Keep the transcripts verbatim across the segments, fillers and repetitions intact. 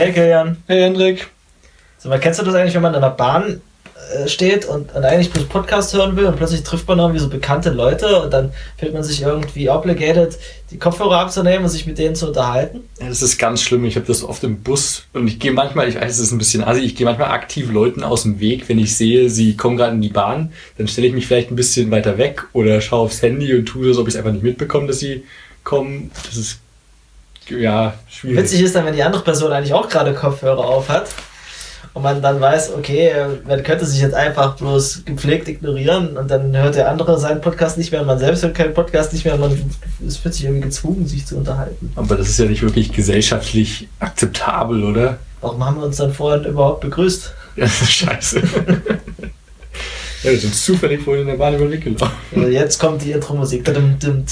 Hey Kilian. Hey Hendrik. So, mal, kennst du das eigentlich, wenn man in der Bahn äh, steht und, und eigentlich bloß Podcast hören will und plötzlich trifft man irgendwie so bekannte Leute und dann fühlt man sich irgendwie obligated, die Kopfhörer abzunehmen und sich mit denen zu unterhalten? Ja, das ist ganz schlimm. Ich habe das oft im Bus und ich gehe manchmal, ich weiß, es ist ein bisschen assi, ich gehe manchmal aktiv Leuten aus dem Weg, wenn ich sehe, sie kommen gerade in die Bahn, dann stelle ich mich vielleicht ein bisschen weiter weg oder schaue aufs Handy und tue so, als ob ich es einfach nicht mitbekomme, dass sie kommen. Das ist ja schwierig. Witzig ist dann, wenn die andere Person eigentlich auch gerade Kopfhörer auf hat und man dann weiß, okay, man könnte sich jetzt einfach bloß gepflegt ignorieren und dann hört der andere seinen Podcast nicht mehr und man selbst hört keinen Podcast nicht mehr und man ist plötzlich irgendwie gezwungen, sich zu unterhalten. Aber das ist ja nicht wirklich gesellschaftlich akzeptabel, oder? Warum haben wir uns dann vorhin überhaupt begrüßt? Ja, das ist scheiße. Ja, wir sind zufällig vorhin in der Bahn über den Weg gelaufen. Ja, jetzt kommt die Intro-Musik. Okay.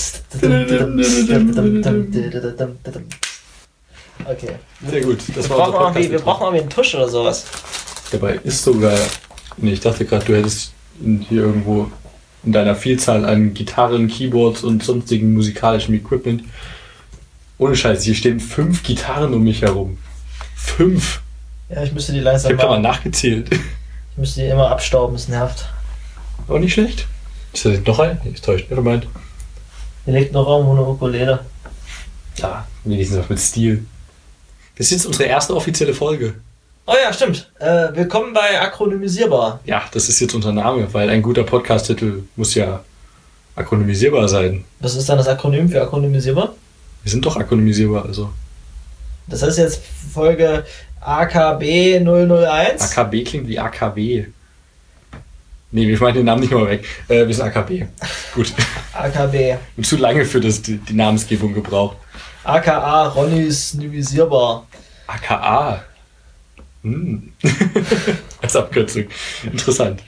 Sehr gut. Das wir, war brauchen irgendwie, wir brauchen irgendwie einen Tusch oder sowas. Dabei ist sogar... Nee, ich dachte gerade, du hättest hier irgendwo in deiner Vielzahl an Gitarren, Keyboards und sonstigen musikalischen Equipment... Ohne Scheiß, hier stehen fünf Gitarren um mich herum. Fünf! Ja, ich müsste die langsam Ich habe gerade mal nachgezählt. Ich müsste die immer abstauben, es nervt. Auch nicht schlecht. Ist da noch ein? Ich täusche, never mind. Hier liegt noch Raum ohne Ukulele. Ja, wenigstens auch mit Stil. Das ist jetzt unsere erste offizielle Folge. Oh ja, stimmt. Äh, willkommen bei Akronymisierbar. Ja, das ist jetzt unser Name, weil ein guter Podcast-Titel muss ja akronymisierbar sein. Was ist dann das Akronym für Akronymisierbar? Wir sind doch akronymisierbar, also. Das heißt jetzt Folge A K B null null eins? A K B klingt wie A K W. Nee, wir schmeißen den Namen nicht mal weg. Äh, wir sind A K B. Gut. A K B. Und zu lange für das, die, die Namensgebung gebraucht. A K A Ronnys Nymisierbar. A K A. Hm. Als Abkürzung. Interessant.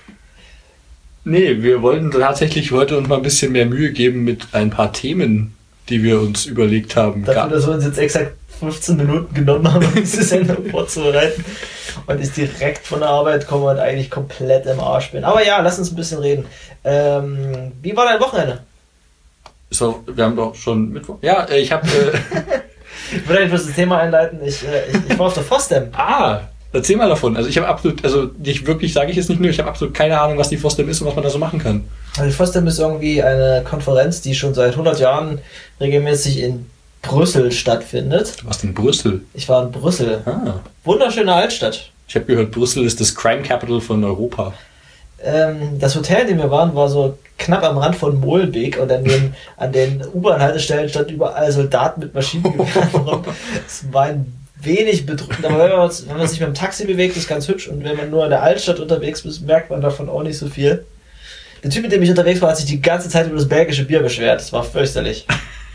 Nee, wir wollten tatsächlich heute uns mal ein bisschen mehr Mühe geben mit ein paar Themen, die wir uns überlegt haben. Dafür, dass wir uns jetzt exakt fünfzehn Minuten genommen haben, um diese Sendung vorzubereiten und ich direkt von der Arbeit komme und eigentlich komplett im Arsch bin. Aber ja, lass uns ein bisschen reden. Ähm, wie war dein Wochenende? So, wir haben doch schon Mittwoch. Ja, ich habe... Äh ich würde eigentlich bloß das Thema einleiten. Ich, äh, ich, ich war auf der FOSDEM. Ah, erzähl mal davon. Also ich habe absolut, also nicht wirklich, sage ich jetzt nicht nur, ich habe absolut keine Ahnung, was die FOSDEM ist und was man da so machen kann. Also die FOSDEM ist irgendwie eine Konferenz, die schon seit hundert Jahren regelmäßig in Brüssel stattfindet. Du warst in Brüssel? Ich war in Brüssel. Ah. Wunderschöne Altstadt. Ich habe gehört, Brüssel ist das Crime Capital von Europa. Ähm, das Hotel, in dem wir waren, war so knapp am Rand von Molenbeek und an den, an den U-Bahn-Haltestellen stand überall Soldaten mit Maschinengewehren rum. Es war ein wenig bedrückend, aber wenn man, wenn man sich mit dem Taxi bewegt, ist ganz hübsch und wenn man nur in der Altstadt unterwegs ist, merkt man davon auch nicht so viel. Der Typ, mit dem ich unterwegs war, hat sich die ganze Zeit über das belgische Bier beschwert. Das war fürchterlich.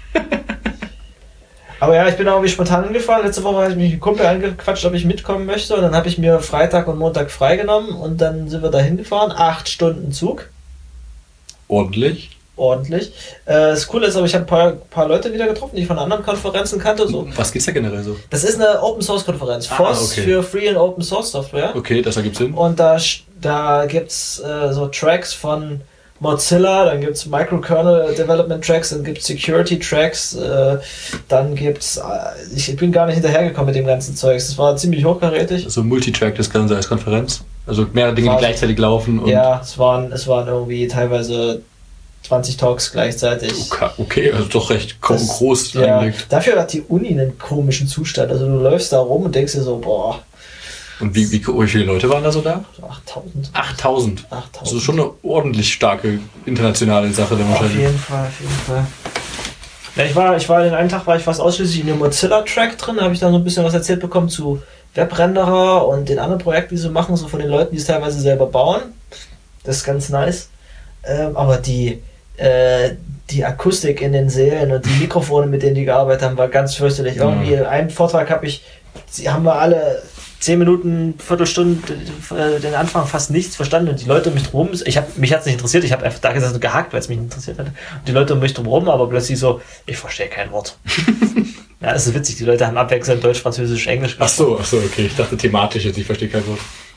Aber ja, ich bin auch irgendwie spontan hingefahren. Letzte Woche habe ich mich mit einem Kumpel angequatscht, ob ich mitkommen möchte. Und dann habe ich mir Freitag und Montag freigenommen und dann sind wir da hingefahren. Acht Stunden Zug. Ordentlich. Ordentlich. Äh, das Coole ist aber, ich habe ein paar, paar Leute wieder getroffen, die ich von anderen Konferenzen kannte. So. Was geht's da generell so? Das ist eine Open Source Konferenz. Ah, FOSS okay. für Free and Open Source Software. Okay, das ergibt Sinn. Und da, da gibt es äh, so Tracks von Mozilla, dann gibt es Microkernel Development Tracks, dann gibt es Security Tracks, äh, dann gibt es, äh, ich bin gar nicht hinterhergekommen mit dem ganzen Zeugs, das war ziemlich hochkarätig. Also Multitrack, das Ganze als Konferenz? Also mehrere Dinge, die gleichzeitig laufen? Und ja, es waren, es waren irgendwie teilweise zwanzig Talks gleichzeitig. Okay, okay, also doch recht das, groß ja, angelegt. Dafür hat die Uni einen komischen Zustand, also du läufst da rum und denkst dir so, boah. Und wie, wie, wie viele Leute waren da so da? So achttausend. achttausend? achttausend. Also schon eine ordentlich starke internationale Sache dann wahrscheinlich. Auf jeden Fall, auf jeden Fall. Ja, ich war, ich war den einen Tag war ich fast ausschließlich in dem Mozilla-Track drin, da habe ich dann so ein bisschen was erzählt bekommen zu Webrenderer und den anderen Projekten, die sie machen, so von den Leuten, die es teilweise selber bauen. Das ist ganz nice. Ähm, aber die, äh, die Akustik in den Sälen und die Mikrofone, mit denen die gearbeitet haben, war ganz fürchterlich. Ja. Irgendwie einen Vortrag habe ich, sie haben wir alle zehn Minuten, Viertelstunde äh, den Anfang fast nichts verstanden und die Leute um mich drum, ich hab, mich hat es nicht interessiert, ich habe einfach da gesagt und gehakt, weil es mich nicht interessiert hatte. Und die Leute um mich drum rum, aber plötzlich so, ich verstehe kein Wort. Ja, das ist witzig, die Leute haben abwechselnd Deutsch, Französisch, Englisch Ach so, ach so, okay, ich dachte thematisch jetzt, ich verstehe kein Wort.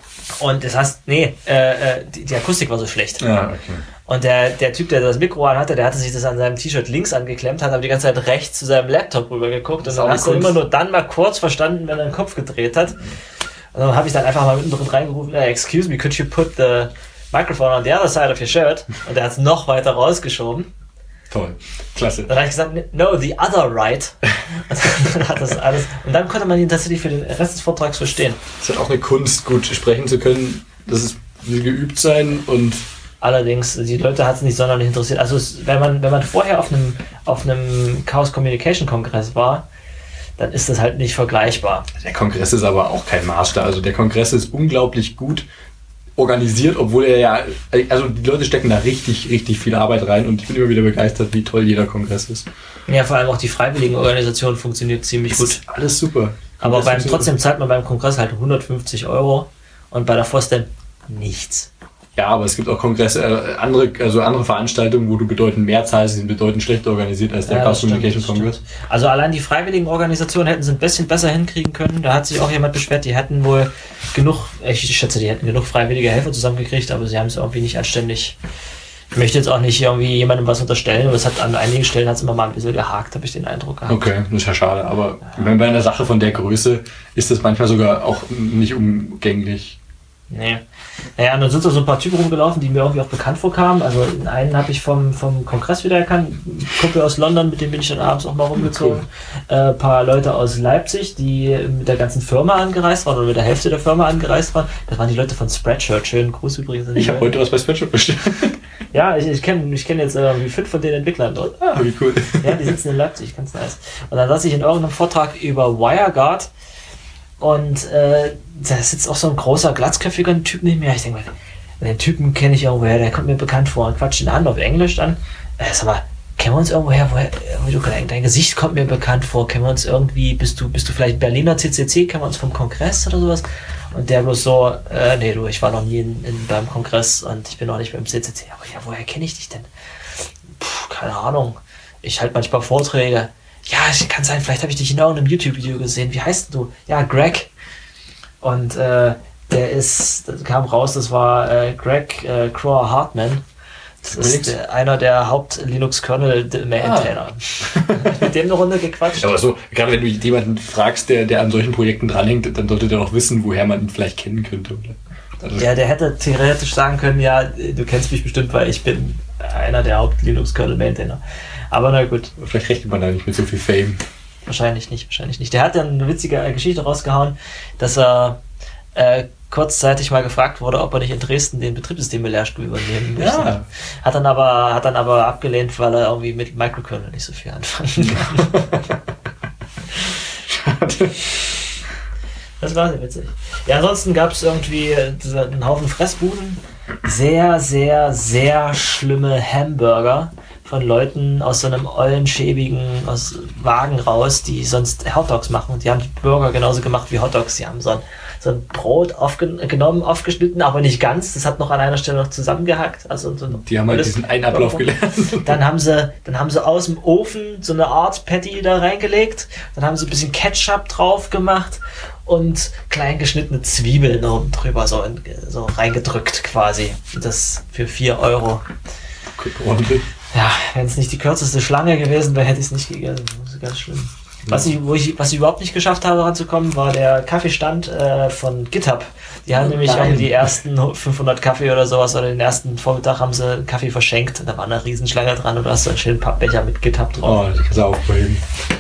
Und das heißt, nee, äh, die, die Akustik war so schlecht. Ja, okay. Und der, der Typ, der das Mikro an hatte, der hatte sich das an seinem T-Shirt links angeklemmt, hat aber die ganze Zeit rechts zu seinem Laptop rüber geguckt. Und dann hast du immer nur dann mal kurz verstanden, wenn er den Kopf gedreht hat. Und dann habe ich dann einfach mal mittendrin reingerufen, excuse me, could you put the microphone on the other side of your shirt? Und der hat es noch weiter rausgeschoben. Toll, klasse. Dann habe ich gesagt, no, the other right. Und dann hat das alles. Und dann konnte man ihn tatsächlich für den Rest des Vortrags verstehen. Es ist halt auch eine Kunst, gut sprechen zu können. Das ist will geübt sein und allerdings, die Leute hat es nicht sonderlich interessiert. Also es, wenn man wenn man vorher auf einem auf einem Chaos Communication Kongress war, dann ist das halt nicht vergleichbar. Der Kongress ist aber auch kein Maßstab. Also der Kongress ist unglaublich gut organisiert, obwohl er ja, also die Leute stecken da richtig, richtig viel Arbeit rein und ich bin immer wieder begeistert, wie toll jeder Kongress ist. Ja, vor allem auch die freiwilligen Organisation funktioniert ziemlich das gut. Ist alles super. Aber beim, trotzdem zahlt man beim Kongress halt hundertfünfzig Euro und bei der FOSDEM nichts. Ja, aber es gibt auch Kongresse, äh, andere, also andere Veranstaltungen, wo du bedeutend mehr zahlst, die sind bedeutend schlechter organisiert als der ja, Chaos Communication Kongress. Also allein die freiwilligen Organisationen hätten sie ein bisschen besser hinkriegen können. Da hat sich auch jemand beschwert, die hätten wohl genug, ich schätze, die hätten genug freiwillige Helfer zusammengekriegt, aber sie haben es irgendwie nicht anständig. Ich möchte jetzt auch nicht irgendwie jemandem was unterstellen, aber es hat an einigen Stellen hat es immer mal ein bisschen gehakt, habe ich den Eindruck gehabt. Okay, das ist ja schade, aber ja. Bei einer Sache von der Größe ist das manchmal sogar auch nicht umgänglich. Nee. Naja, und dann sind da so ein paar Typen rumgelaufen, die mir irgendwie auch bekannt vorkamen. Also einen habe ich vom, vom Kongress wiedererkannt, ein Kumpel aus London, mit dem bin ich dann abends auch mal rumgezogen. Ein cool. äh, paar Leute aus Leipzig, die mit der ganzen Firma angereist waren oder mit der Hälfte der Firma angereist waren. Das waren die Leute von Spreadshirt. Schönen Gruß übrigens. Ich habe heute was bei Spreadshirt bestellt. Ja, ich, ich kenne ich kenn jetzt irgendwie fünf von den Entwicklern dort. Ah, wie cool. Ja, die sitzen in Leipzig, ganz nice. Und dann saß ich in irgendeinem Vortrag über WireGuard. Und äh, da sitzt auch so ein großer, glatzköpfiger Typ neben mir. Ich denke mal, den Typen kenne ich irgendwoher, der kommt mir bekannt vor und quatscht ihn an auf Englisch dann. Äh, sag mal, kennen wir uns irgendwoher? Woher, du, dein Gesicht kommt mir bekannt vor. Kennen wir uns irgendwie, bist du, bist du vielleicht Berliner C C C? Kennen wir uns vom Kongress oder sowas? Und der bloß so, äh, nee, du, ich war noch nie in, in, beim Kongress und ich bin noch nicht beim C C C. Aber ja, woher kenne ich dich denn? Puh, keine Ahnung. Ich halte manchmal Vorträge. Ja, es kann sein, vielleicht habe ich dich in irgendeinem YouTube-Video gesehen. Wie heißt du? Ja, Greg. Und äh, der ist, das kam raus, das war äh, Greg äh, Crower Hartman. Das ist, ist der, einer der Haupt-Linux-Kernel-Maintainer. Ah. Mit dem eine Runde gequatscht. Aber so, gerade wenn du jemanden fragst, der, der an solchen Projekten dranhängt, dann sollte der auch wissen, woher man ihn vielleicht kennen könnte. Oder? Also ja, der hätte theoretisch sagen können, ja, du kennst mich bestimmt, weil ich bin einer der Haupt-Linux-Kernel-Maintainer. Aber na gut. Vielleicht rechnet man da nicht mit so viel Fame. Wahrscheinlich nicht, wahrscheinlich nicht. Der hat dann eine witzige Geschichte rausgehauen, dass er äh, kurzzeitig mal gefragt wurde, ob er nicht in Dresden den Betriebssysteme-Lehrstuhl übernehmen möchte. Ja. Hat dann aber hat dann aber abgelehnt, weil er irgendwie mit Microkernel nicht so viel anfangen kann. Schade. Das war sehr witzig. Ja, ansonsten gab es irgendwie einen Haufen Fressbuden. Sehr, sehr, sehr schlimme Hamburger von Leuten aus so einem ollen, schäbigen aus Wagen raus, die sonst Hotdogs machen. Und die haben die Burger genauso gemacht wie Hotdogs. Die haben so ein, so ein Brot aufgenommen, aufgeschnitten, aber nicht ganz. Das hat noch an einer Stelle noch zusammengehackt. Also so die haben halt diesen einen Ablauf gelernt. Dann haben sie, dann haben sie aus dem Ofen so eine Art Patty da reingelegt. Dann haben sie ein bisschen Ketchup drauf gemacht und klein geschnittene Zwiebeln oben drüber so, in, so reingedrückt quasi. Das für vier Euro. Ordentlich. Ja, wenn es nicht die kürzeste Schlange gewesen wäre, hätte ich es nicht gegessen. Das ist ganz schlimm. Was ich, wo ich, was ich überhaupt nicht geschafft habe, ranzukommen, war der Kaffeestand äh, von GitHub. Die haben nämlich auch die ersten fünfhundert Kaffee oder sowas, oder den ersten Vormittag haben sie Kaffee verschenkt. Da war eine Riesenschlange dran und du hast so einen schönen Pappbecher mit GitHub drauf. Oh, die kannst du aufheben.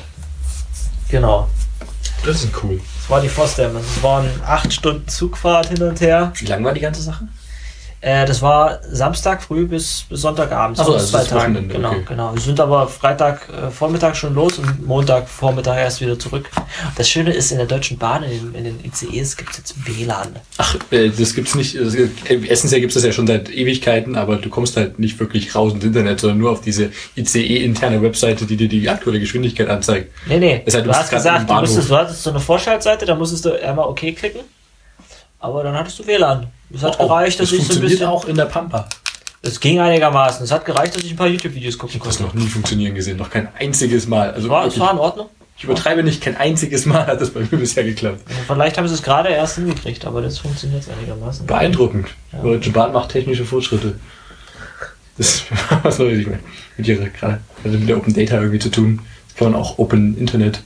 Genau. Das ist cool. Das war die FOSDEM. Das waren acht Stunden Zugfahrt hin und her. Wie lang war die ganze Sache? Äh, das war Samstag früh bis, bis Sonntagabend. Achso, also zwei Tage. Wochenende, genau, okay. genau. Wir sind aber Freitag äh, Vormittag schon los und Montag Vormittag erst wieder zurück. Das Schöne ist, in der Deutschen Bahn, in den, in den I C Es gibt es jetzt W L A N. Ach, äh, das gibt's nicht. Also, essentiell gibt es das ja schon seit Ewigkeiten, aber du kommst halt nicht wirklich raus ins Internet, sondern nur auf diese I C E-interne Webseite, die dir die aktuelle Geschwindigkeit anzeigt. Nee, nee. Das heißt, du, du hast gesagt, du, musstest, du hattest so eine Vorschaltseite, da musstest du einmal OK klicken, aber dann hattest du W L A N. Es hat oh, gereicht, dass das ich so ein bisschen... auch in der Pampa. Es ging einigermaßen. Es hat gereicht, dass ich ein paar YouTube-Videos gucken konnte. Ich habe das noch nie funktionieren gesehen, noch kein einziges Mal. Also war, es war in Ordnung. Ich übertreibe nicht, kein einziges Mal hat das bei mir bisher geklappt. Also vielleicht haben sie es gerade erst hingekriegt, aber das funktioniert einigermaßen. Beeindruckend. Ja. Deutsche Bahn macht technische Fortschritte. Das was soll ich mit ihrer gerade also mit der Open Data irgendwie zu tun. Das kann man auch Open Internet.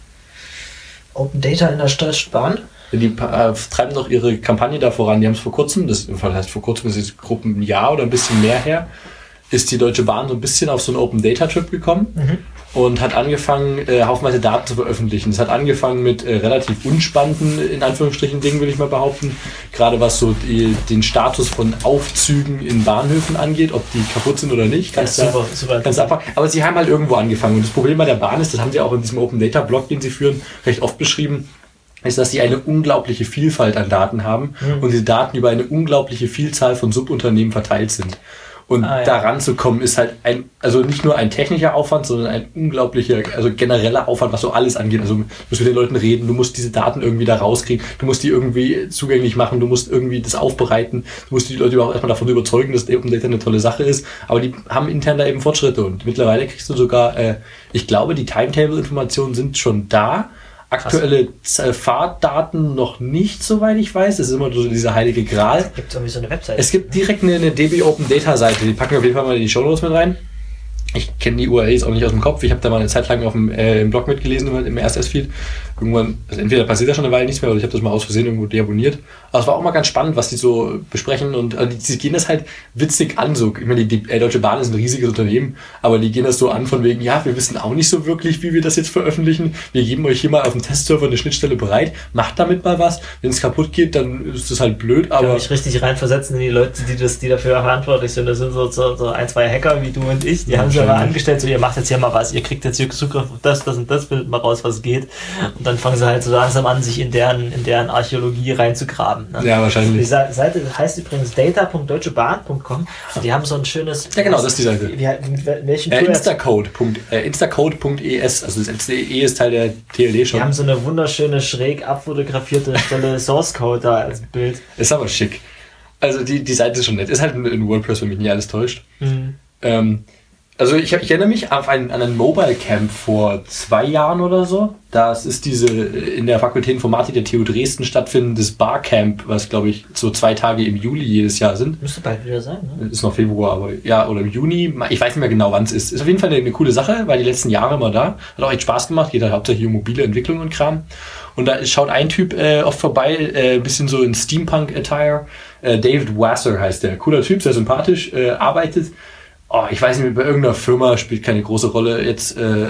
Open Data in der Stadtbahn? Die äh, treiben doch ihre Kampagne da voran. Die haben es vor kurzem, das heißt vor kurzem, das ist grob ein Jahr oder ein bisschen mehr her, ist die Deutsche Bahn so ein bisschen auf so einen Open Data Trip gekommen mhm. und hat angefangen, äh, haufenweise Daten zu veröffentlichen. Es hat angefangen mit äh, relativ unspannenden, in Anführungsstrichen, Dingen, würde ich mal behaupten. Gerade was so die, den Status von Aufzügen in Bahnhöfen angeht, ob die kaputt sind oder nicht. Kannst ja, super, da, super. Kannst abfangen. Aber sie haben halt irgendwo angefangen. Und das Problem bei der Bahn ist, das haben sie auch in diesem Open Data Blog, den sie führen, recht oft beschrieben, ist, dass sie eine unglaubliche Vielfalt an Daten haben mhm. und diese Daten über eine unglaubliche Vielzahl von Subunternehmen verteilt sind. Und ah, ja. daran zu kommen, ist halt ein, also nicht nur ein technischer Aufwand, sondern ein unglaublicher, also genereller Aufwand, was so alles angeht. Also du musst mit den Leuten reden, du musst diese Daten irgendwie da rauskriegen, du musst die irgendwie zugänglich machen, du musst irgendwie das aufbereiten, du musst die Leute überhaupt erstmal davon überzeugen, dass Open Data eine tolle Sache ist. Aber die haben intern da eben Fortschritte und mittlerweile kriegst du sogar, äh, ich glaube, die Timetable-Informationen sind schon da. Aktuelle Krass. Fahrtdaten noch nicht, soweit ich weiß. Das ist immer so dieser heilige Gral. Gibt es irgendwie so eine Webseite? Es gibt direkt eine, eine D B Open Data Seite. Die packen wir auf jeden Fall mal in die Shownotes mit rein. Ich kenne die U R Ls auch nicht aus dem Kopf. Ich habe da mal eine Zeit lang auf dem äh, im Blog mitgelesen, im R S S-Feed. Irgendwann, also entweder passiert da schon eine Weile nichts mehr, oder ich habe das mal aus Versehen irgendwo deabonniert. Aber es war auch mal ganz spannend, was die so besprechen. Und also die, die gehen das halt witzig an. So. Ich meine, die, die äh, Deutsche Bahn ist ein riesiges Unternehmen, aber die gehen das so an von wegen, ja, wir wissen auch nicht so wirklich, wie wir das jetzt veröffentlichen. Wir geben euch hier mal auf dem Testserver eine Schnittstelle bereit. Macht damit mal was. Wenn es kaputt geht, dann ist das halt blöd. Aber ich kann mich richtig reinversetzen in die Leute, die das, die dafür verantwortlich sind. Das sind so, so, so ein, zwei Hacker wie du und ich. Die ja, haben sich aber angestellt, so ihr macht jetzt hier mal was, ihr kriegt jetzt hier Zugriff auf das, das und das, findet mal raus, was geht. Und dann fangen sie halt so langsam an, sich in deren, in deren Archäologie reinzugraben. Ne? Ja, wahrscheinlich. Die Seite heißt übrigens data punkt deutsche bahn punkt com und die haben so ein schönes... Ja, genau, das ist die Seite. Wie, wie, welchen äh, Instacode. Äh, Instacode punkt E S, also das E ist Teil der T L D schon. Die haben so eine wunderschöne, schräg abfotografierte Stelle Source Code da als Bild. Ist aber schick. Also die, die Seite ist schon nett. Ist halt in WordPress, wenn mich nicht alles täuscht. Mhm. Ähm, Also ich, ich erinnere mich auf ein, an ein Mobile Camp vor zwei Jahren oder so. Das ist diese in der Fakultät Informatik der T U Dresden stattfindendes Barcamp, was glaube ich so zwei Tage im Juli jedes Jahr sind. Müsste bald wieder sein, ne? Ist noch Februar, aber ja, oder im Juni. Ich weiß nicht mehr genau, wann es ist. Ist auf jeden Fall eine, eine coole Sache, weil die letzten Jahre immer da. Hat auch echt Spaß gemacht. Geht halt hauptsächlich um mobile Entwicklung und Kram. Und da schaut ein Typ äh, oft vorbei, äh, bisschen so in Steampunk-Attire. Äh, David Wasser heißt der. Cooler Typ, sehr sympathisch, äh, arbeitet... Oh, ich weiß nicht, bei irgendeiner Firma spielt keine große Rolle jetzt, äh,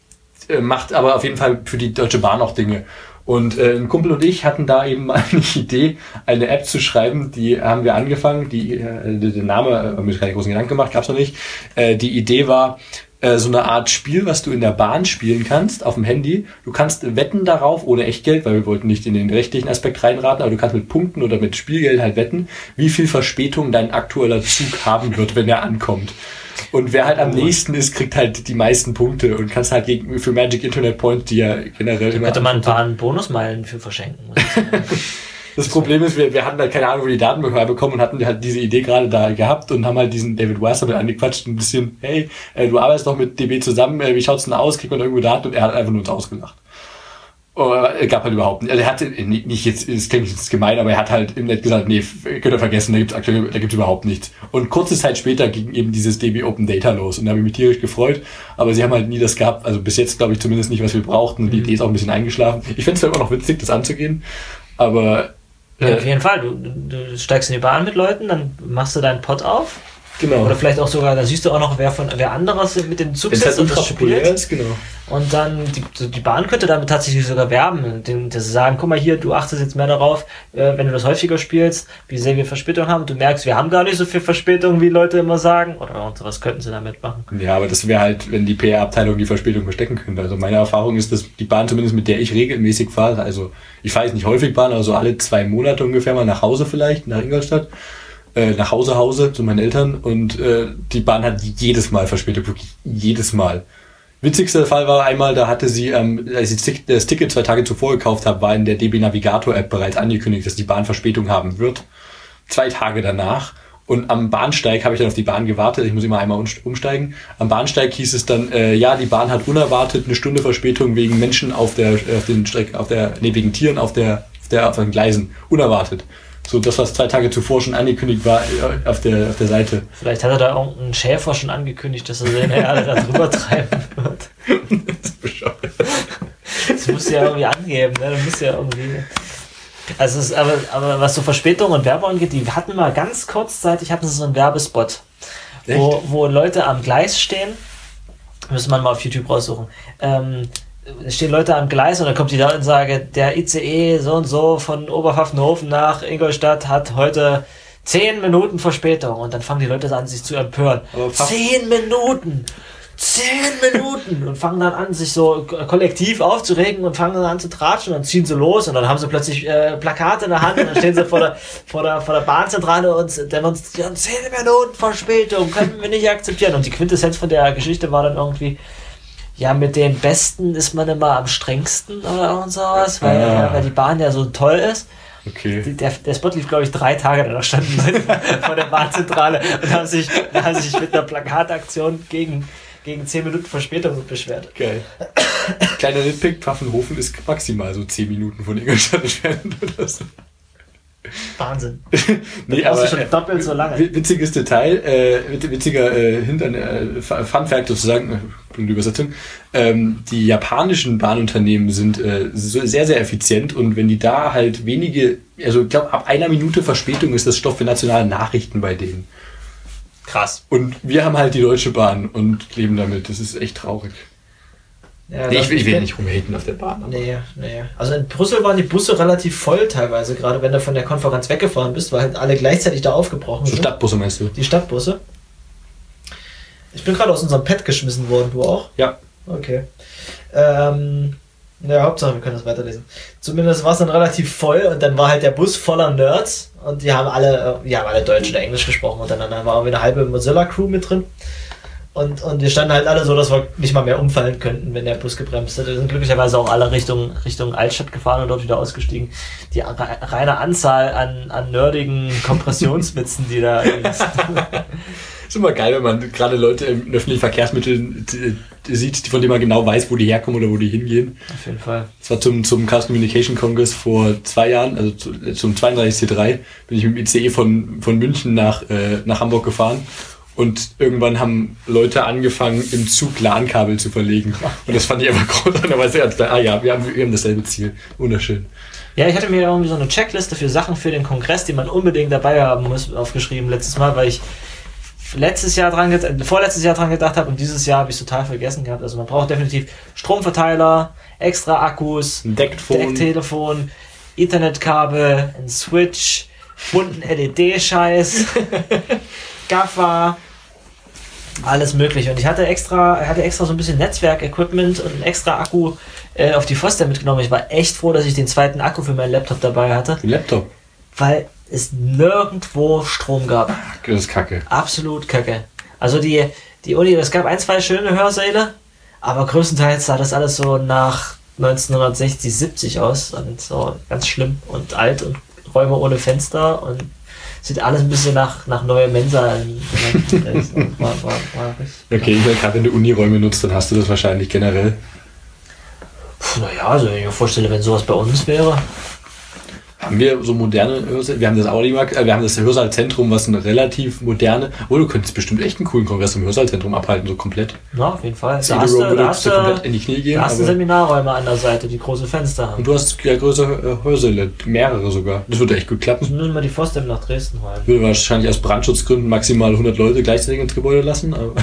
macht aber auf jeden Fall für die Deutsche Bahn auch Dinge. Und äh, ein Kumpel und ich hatten da eben mal eine Idee, eine App zu schreiben, die haben wir angefangen, die, äh, der Name, äh, haben wir keine großen Gedanken gemacht, gab's noch nicht. Äh, die Idee war, äh, so eine Art Spiel, was du in der Bahn spielen kannst, auf dem Handy. Du kannst wetten darauf, ohne Echtgeld, weil wir wollten nicht in den rechtlichen Aspekt reinraten, aber du kannst mit Punkten oder mit Spielgeld halt wetten, wie viel Verspätung dein aktueller Zug haben wird, wenn er ankommt. Und wer halt am nächsten ist, kriegt halt die meisten Punkte und kannst halt gegen, für Magic Internet Points, die ja generell da immer... Könnte man ein paar Bonusmeilen für verschenken. Das Problem ist, wir, wir hatten halt keine Ahnung, wo die Daten bekommen und hatten halt diese Idee gerade da gehabt und haben halt diesen David Wasser mit angequatscht, ein bisschen, hey, äh, du arbeitest doch mit D B zusammen, äh, wie schaut's denn aus, kriegt man irgendwo Daten? Und er hat einfach nur uns ausgelacht. Aber er gab halt überhaupt nicht, also er hatte, nicht jetzt, das klingt jetzt gemein, aber er hat halt im Netz gesagt, nee, könnt ihr vergessen, da gibt's aktuell, da gibt's überhaupt nichts. Und kurze Zeit später ging eben dieses D B Open Data los und da habe ich mich tierisch gefreut, aber sie haben halt nie das gehabt, also bis jetzt glaube ich zumindest nicht, was wir brauchten und die mhm. Idee ist auch ein bisschen eingeschlafen. Ich fände es immer noch witzig, das anzugehen, aber... Ja, auf jeden Fall, du, du steigst in die Bahn mit Leuten, dann machst du deinen Pod auf. Genau. Oder vielleicht auch sogar, da siehst du auch noch, wer von wer anderes mit dem Zug sitzt und das spielt. Ist, genau. Und dann, die, die Bahn könnte damit tatsächlich sogar werben, den, dass sie sagen, guck mal hier, du achtest jetzt mehr darauf, äh, wenn du das häufiger spielst, wie sehr wir Verspätung haben. Du merkst, wir haben gar nicht so viel Verspätung, wie Leute immer sagen. Oder und sowas könnten sie damit machen. Ja, aber das wäre halt, wenn die P R-Abteilung die Verspätung verstecken könnte. Also meine Erfahrung ist, dass die Bahn zumindest, mit der ich regelmäßig fahre, also ich fahre jetzt nicht häufig Bahn, aber so alle zwei Monate ungefähr mal nach Hause vielleicht, nach Ingolstadt, Äh, nach Hause, Hause zu meinen Eltern und äh, die Bahn hat jedes Mal Verspätung, wirklich jedes Mal. Witzigster Fall war einmal, da hatte sie, ähm, als ich das Ticket zwei Tage zuvor gekauft habe, war in der D B Navigator App bereits angekündigt, dass die Bahn Verspätung haben wird. Zwei Tage danach Und am Bahnsteig habe ich dann auf die Bahn gewartet. Ich muss immer einmal umsteigen. Am Bahnsteig hieß es dann, äh, ja, die Bahn hat unerwartet eine Stunde Verspätung wegen Menschen auf der, auf den Strecken, auf der, nee, wegen Tieren auf der, auf der, auf den Gleisen. Unerwartet. So das, was zwei Tage zuvor schon angekündigt war äh, auf der, auf der Seite. Vielleicht hat er da irgendeinen Schäfer schon angekündigt, dass er seine Erde da drüber treiben wird. Das ist bescheuert. Das musst du ja irgendwie angeben, ne? Du musst ja irgendwie. Also es ist aber, aber was so Verspätungen und Werbung angeht, die hatten mal ganz kurzzeitig hatten sie so einen Werbespot, wo, wo Leute am Gleis stehen, müssen man mal auf YouTube raussuchen, ähm, stehen Leute am Gleis und dann kommt die da und sage, der I C E so und so von Oberpfaffenhofen nach Ingolstadt hat heute zehn Minuten Verspätung und dann fangen die Leute an, sich zu empören. Zehn Minuten! Zehn Minuten und fangen dann an, sich so kollektiv aufzuregen und fangen dann an zu tratschen und ziehen so los und dann haben sie plötzlich äh, Plakate in der Hand und dann stehen sie vor der, vor der, vor der Bahnzentrale und demonstrieren, zehn Minuten Verspätung, können wir nicht akzeptieren. Und die Quintessenz von der Geschichte war dann irgendwie, ja, mit den Besten ist man immer am strengsten oder irgend sowas, weil, ah. weil die Bahn ja so toll ist. Okay. Der, der Spot lief, glaube ich, drei Tage, da standen sie vor der Bahnzentrale und haben sich, haben sich mit einer Plakataktion gegen gegen zehn Minuten Verspätung beschwert. Geil. Kleiner Nitpick, Pfaffenhofen ist maximal so zehn Minuten von Ingolstadt entfernt oder so. Wahnsinn. Nee, aber schon doppelt so lange. Witziges Detail, äh, witziger äh, Hintern, äh, Fun Fact sozusagen, äh, blöde Übersetzung. Ähm, die japanischen Bahnunternehmen sind äh, so sehr, sehr effizient und wenn die da halt wenige, also ich glaube ab einer Minute Verspätung ist das Stoff für nationale Nachrichten bei denen. Krass. Und wir haben halt die Deutsche Bahn und leben damit. Das ist echt traurig. Ja, nee, ich, will, ich will ja nicht rumhaten auf der Bahn. Aber. Nee, nee. Also in Brüssel waren die Busse relativ voll teilweise, gerade wenn du von der Konferenz weggefahren bist, weil halt alle gleichzeitig da aufgebrochen so sind. Stadtbusse meinst du? Die Stadtbusse. Ich bin gerade aus unserem Pad geschmissen worden, du auch? Ja. Okay. Ähm... Ja, Hauptsache, wir können das weiterlesen. Zumindest war es dann relativ voll und dann war halt der Bus voller Nerds und die haben alle, die haben alle Deutsch oder Englisch gesprochen und dann, dann war irgendwie eine halbe Mozilla-Crew mit drin und, und wir standen halt alle so, dass wir nicht mal mehr umfallen könnten, wenn der Bus gebremst hat. Wir sind glücklicherweise auch alle Richtung, Richtung Altstadt gefahren und dort wieder ausgestiegen. Die reine Anzahl an, an nerdigen Kompressionswitzen, die da ist immer geil, wenn man gerade Leute in öffentlichen Verkehrsmitteln sieht, von denen man genau weiß, wo die herkommen oder wo die hingehen. Auf jeden Fall. Das war zum, zum Chaos Communication Congress vor zwei Jahren, also zu, zum zweiunddreißig C drei, bin ich mit dem I C E von, von München nach, äh, nach Hamburg gefahren. Und irgendwann haben Leute angefangen, im Zug LAN-Kabel zu verlegen. Und das fand ich einfach großartig. Ah ja, wir haben, wir haben dasselbe Ziel. Wunderschön. Ja, ich hatte mir irgendwie so eine Checkliste für Sachen für den Kongress, die man unbedingt dabei haben muss, aufgeschrieben letztes Mal, weil ich letztes Jahr dran gedacht, vorletztes Jahr dran gedacht habe und dieses Jahr habe ich es total vergessen gehabt. Also man braucht definitiv Stromverteiler, extra Akkus, ein Decktelefon, Decktelefon, Internetkabel, ein Switch, bunten L E D-Scheiß, Gaffer, alles mögliche. Und ich hatte extra, hatte extra so ein bisschen Netzwerk-Equipment und einen extra Akku äh, auf die Foster mitgenommen. Ich war echt froh, dass ich den zweiten Akku für meinen Laptop dabei hatte. Für Laptop? Weil es nirgendwo Strom gab. Das ist kacke. Absolut kacke. Also die, die Uni, es gab ein, zwei schöne Hörsäle, aber größtenteils sah das alles so nach neunzehnhundertsechzig, siebzig aus und so ganz schlimm und alt und Räume ohne Fenster und sieht alles ein bisschen nach, nach neue Mensa. war, war, war okay, ich meine, gerade wenn du Uniräume nutzt, dann hast du das wahrscheinlich generell. Naja, also wenn ich mir vorstelle, wenn sowas bei uns wäre. Haben wir so moderne Hörsäle? Wir haben das Audimax, äh, wir haben das Hörsaalzentrum, was eine relativ moderne. Oh, du könntest bestimmt echt einen coolen Kongress im Hörsaalzentrum abhalten, so komplett. Ja, auf jeden Fall. Da hast, du, da hast du komplett in die Knie gehen. Da hast du Seminarräume an der Seite, die große Fenster haben. Und du hast ja größere Hörsäle, mehrere sogar. Das würde echt gut klappen. Wir müssen mal die Fosdem nach Dresden holen. Ich würde wahrscheinlich aus Brandschutzgründen maximal hundert Leute gleichzeitig ins Gebäude lassen. Aber,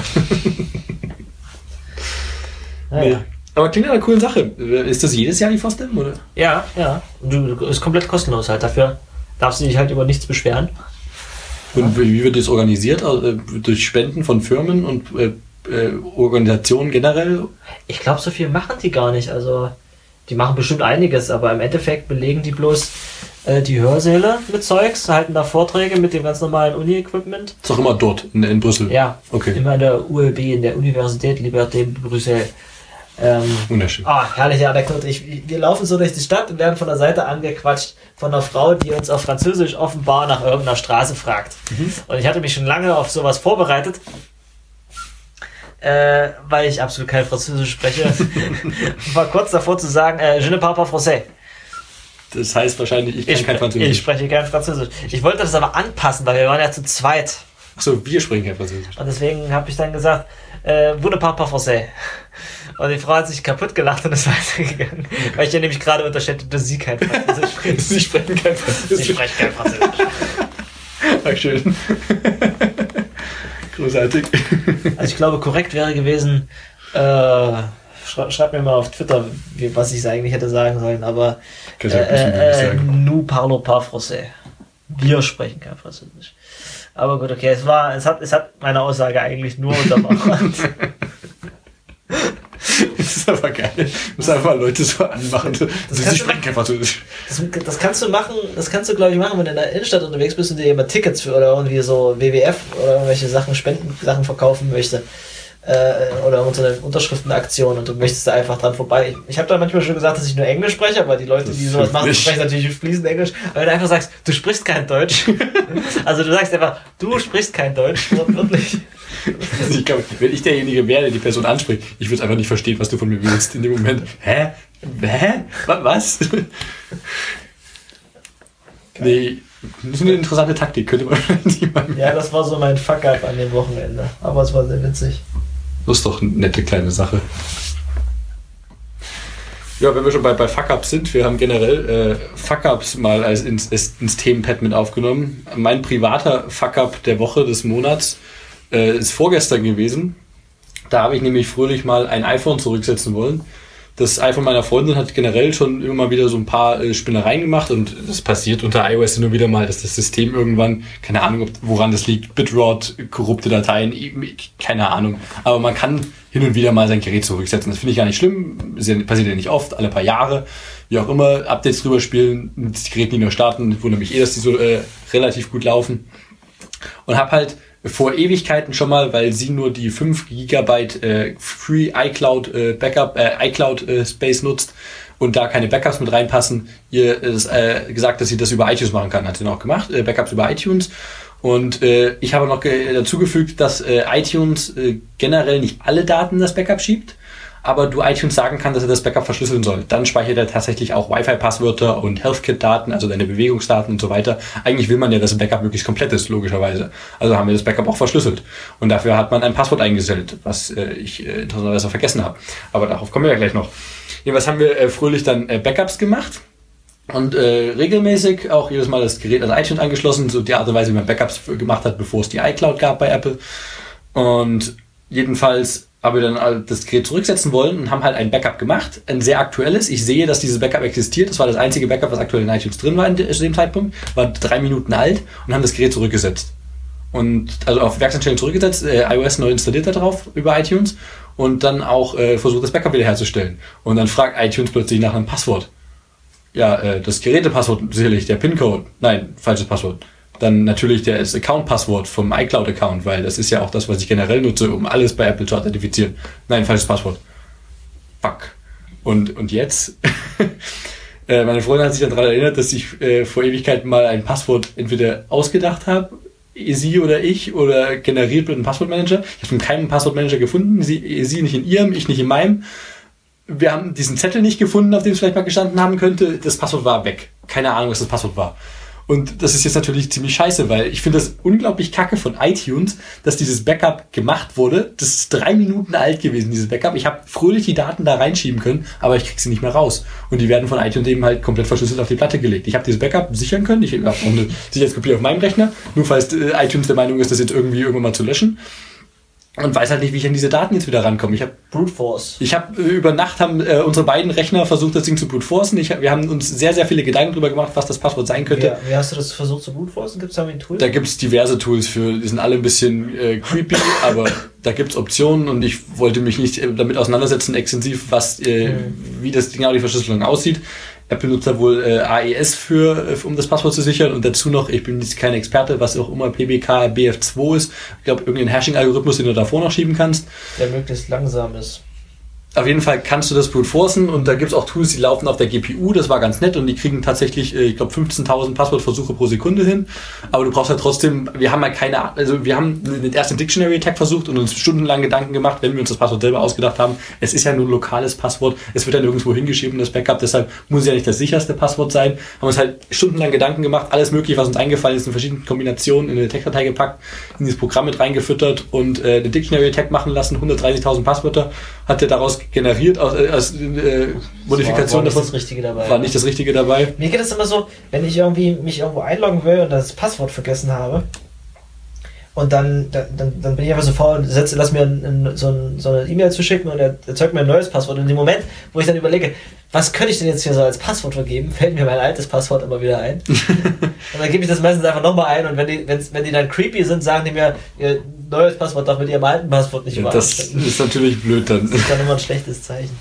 ja, nee. ja. Aber klingt nach einer coolen Sache. Ist das jedes Jahr die Fosdem, oder? Ja, ja. Und du, ist komplett kostenlos halt. Dafür darfst du dich halt über nichts beschweren. Und ja. Wie wird das organisiert? Also, durch Spenden von Firmen und äh, äh, Organisationen generell? Ich glaube, so viel machen die gar nicht. Also die machen bestimmt einiges, aber im Endeffekt belegen die bloß äh, die Hörsäle mit Zeugs, halten da Vorträge mit dem ganz normalen Uni-Equipment. Ist auch immer dort, in, in Brüssel? Ja, okay. Immer in der U L B, in der Universität Liberté Brüssel. Ähm, Wunderschön. Ah, herrliche Anekdote. Ich, wir laufen so durch die Stadt und werden von der Seite angequatscht von einer Frau, die uns auf Französisch offenbar nach irgendeiner Straße fragt. Mhm. Und ich hatte mich schon lange auf sowas vorbereitet, äh, weil ich absolut kein Französisch spreche. War kurz davor zu sagen, äh, je ne parle pas français. Das heißt wahrscheinlich, ich kann ich kein Französisch. Ich spreche kein Französisch. Ich wollte das aber anpassen, weil wir waren ja zu zweit. Achso, wir sprechen kein Französisch. Und deswegen habe ich dann gesagt, äh, vous ne parle pas français. Und die Frau hat sich kaputt gelacht und ist weitergegangen. Weil ich ja nämlich gerade unterschätze, dass sie kein Französisch spricht. Sie sprechen kein Französisch. Sie sprechen kein Französisch. Ach, schön. Großartig. Also ich glaube, korrekt wäre gewesen, äh, schreib, schreib mir mal auf Twitter, wie, was ich eigentlich hätte sagen sollen, aber äh, äh, äh, nous parlons pas français. Wir sprechen kein Französisch. Aber gut, okay, es war, es hat, es hat meine Aussage eigentlich nur untermauert. Das ist aber geil. Du musst einfach Leute so anmachen. Das Sie sprechen kein Französisch. Das, das kannst du machen, das kannst du, glaube ich, machen, wenn du in der Innenstadt unterwegs bist und dir jemand Tickets für oder irgendwie so W W F oder irgendwelche Sachen, Spenden, Sachen verkaufen möchte. Äh, oder so eine Unterschriftenaktion und du möchtest da einfach dran vorbei. Ich, ich habe da manchmal schon gesagt, dass ich nur Englisch spreche, aber die Leute, die sowas machen, sprechen natürlich fließend Englisch. Aber wenn du einfach sagst, du sprichst kein Deutsch, also du sagst einfach, du sprichst kein Deutsch, wirklich. Also ich glaube, wenn ich derjenige wäre, der die Person anspricht, ich würde einfach nicht verstehen, was du von mir willst in dem Moment. Hä? Hä? Was? Nee, das ist eine interessante Taktik, könnte man nicht machen. Ja, das war so mein Fuck-up an dem Wochenende. Aber es war sehr witzig. Das ist doch eine nette kleine Sache. Ja, wenn wir schon bei, bei Fuck-Ups sind, wir haben generell äh, Fuck-Ups mal als ins, ins Themenpad mit aufgenommen. Mein privater Fuck-Up der Woche, des Monats, äh, ist vorgestern gewesen. Da habe ich nämlich fröhlich mal ein iPhone zurücksetzen wollen. Das iPhone meiner Freundin hat generell schon immer mal wieder so ein paar äh, Spinnereien gemacht und das passiert unter iOS nur wieder mal, dass das System irgendwann, keine Ahnung, ob, woran das liegt, Bitrot, korrupte Dateien, keine Ahnung. Aber man kann hin und wieder mal sein Gerät zurücksetzen. Das finde ich gar nicht schlimm, das passiert ja nicht oft, alle paar Jahre, wie auch immer, Updates drüber spielen, das Gerät nicht mehr starten. Ich wundere mich eh, dass die so äh, relativ gut laufen. Und habe halt vor Ewigkeiten schon mal, weil sie nur die fünf Gigabyte äh, Free iCloud äh, Backup, äh, iCloud äh, Space nutzt und da keine Backups mit reinpassen, ihr äh, äh, gesagt, dass sie das über iTunes machen kann. Hat sie noch gemacht, äh, Backups über iTunes. Und äh, ich habe noch ge- dazugefügt, dass äh, iTunes äh, generell nicht alle Daten das Backup schiebt, aber du iTunes sagen kann, dass er das Backup verschlüsseln soll. Dann speichert er tatsächlich auch Wi-Fi-Passwörter und HealthKit-Daten, also deine Bewegungsdaten und so weiter. Eigentlich will man ja, dass ein Backup möglichst komplett ist, logischerweise. Also haben wir das Backup auch verschlüsselt. Und dafür hat man ein Passwort eingestellt, was äh, ich äh, interessanterweise vergessen habe. Aber darauf kommen wir ja gleich noch. Jedenfalls haben wir äh, fröhlich dann äh, Backups gemacht und äh, regelmäßig auch jedes Mal das Gerät an iTunes angeschlossen, so die Art und Weise, wie man Backups gemacht hat, bevor es die iCloud gab bei Apple. Und jedenfalls haben wir dann das Gerät zurücksetzen wollen und haben halt ein Backup gemacht, ein sehr aktuelles. Ich sehe, dass dieses Backup existiert. Das war das einzige Backup, was aktuell in iTunes drin war zu dem Zeitpunkt. War drei Minuten alt und haben das Gerät zurückgesetzt. Und also auf Werkseinstellungen zurückgesetzt, äh, iOS neu installiert da drauf über iTunes und dann auch äh, versucht, das Backup wiederherzustellen. Und dann fragt iTunes plötzlich nach einem Passwort. Ja, äh, das Gerätepasswort sicherlich, der PIN-Code. Nein, falsches Passwort. Dann natürlich das Account-Passwort vom iCloud-Account, weil das ist ja auch das, was ich generell nutze, um alles bei Apple zu authentifizieren. Nein, falsches Passwort. Fuck. Und, und jetzt? äh, meine Freundin hat sich dann daran erinnert, dass ich äh, vor Ewigkeiten mal ein Passwort entweder ausgedacht habe, sie oder ich, oder generiert mit einem Passwortmanager. Ich habe keinen Passwortmanager gefunden, sie, sie nicht in ihrem, ich nicht in meinem. Wir haben diesen Zettel nicht gefunden, auf dem es vielleicht mal gestanden haben könnte. Das Passwort war weg. Keine Ahnung, was das Passwort war. Und das ist jetzt natürlich ziemlich scheiße, weil ich finde das unglaublich kacke von iTunes, dass dieses Backup gemacht wurde. Das ist drei Minuten alt gewesen, dieses Backup. Ich habe fröhlich die Daten da reinschieben können, aber ich krieg sie nicht mehr raus. Und die werden von iTunes eben halt komplett verschlüsselt auf die Platte gelegt. Ich habe dieses Backup sichern können. Ich habe auch eine Sicherheitskopie auf meinem Rechner, nur falls äh, iTunes der Meinung ist, das jetzt irgendwie irgendwann mal zu löschen. Und weiß halt nicht, wie ich an diese Daten jetzt wieder rankomme. Ich habe Brute Force. Ich habe äh, über Nacht haben äh, unsere beiden Rechner versucht, das Ding zu brute forcen. Ich, wir haben uns sehr, sehr viele Gedanken darüber gemacht, was das Passwort sein könnte. Ja, wie hast du das versucht zu brute forcen? Gibt es da ein Tool? Da gibt es diverse Tools für, die sind alle ein bisschen äh, creepy, aber da gibt es Optionen und ich wollte mich nicht äh, damit auseinandersetzen, extensiv, was, äh, mhm. wie das genau die Verschlüsselung aussieht. Apple nutzt da wohl äh, A E S für, um das Passwort zu sichern und dazu noch, ich bin jetzt kein Experte, was auch immer P B K B F zwei ist. Ich glaube, irgendeinen Hashing-Algorithmus, den du davor noch schieben kannst. Der möglichst langsam ist. Auf jeden Fall kannst du das brute forcen und da gibt es auch Tools, die laufen auf der G P U, das war ganz nett und die kriegen tatsächlich, ich glaube, fünfzehntausend Passwortversuche pro Sekunde hin, aber du brauchst halt trotzdem, wir haben halt keine, also wir haben den ersten Dictionary Attack versucht und uns stundenlang Gedanken gemacht, wenn wir uns das Passwort selber ausgedacht haben, es ist ja nur ein lokales Passwort, es wird dann nirgendwo hingeschrieben, das Backup, deshalb muss es ja nicht das sicherste Passwort sein, haben uns halt stundenlang Gedanken gemacht, alles mögliche, was uns eingefallen ist, in verschiedenen Kombinationen in eine Textdatei gepackt, in dieses Programm mit reingefüttert und äh, den Dictionary Attack machen lassen, hundertdreißigtausend Passwörter hat der daraus generiert, aus, äh, als äh, Modifikation davon. War nicht das Richtige dabei. War nicht das Richtige dabei. Mir geht es immer so, wenn ich irgendwie mich irgendwo einloggen will und das Passwort vergessen habe und dann, dann, dann bin ich einfach so faul und setze, lass mir ein, ein, so, ein, so eine E-Mail zuschicken und er erzeugt mir ein neues Passwort. Und in dem Moment, wo ich dann überlege, was könnte ich denn jetzt hier so als Passwort vergeben, fällt mir mein altes Passwort immer wieder ein. Und dann gebe ich das meistens einfach nochmal ein und wenn die, wenn die dann creepy sind, sagen die mir, ihr neues Passwort darf mit ihrem alten Passwort nicht übereinstimmen. Das ist natürlich blöd dann. Das ist dann immer ein schlechtes Zeichen.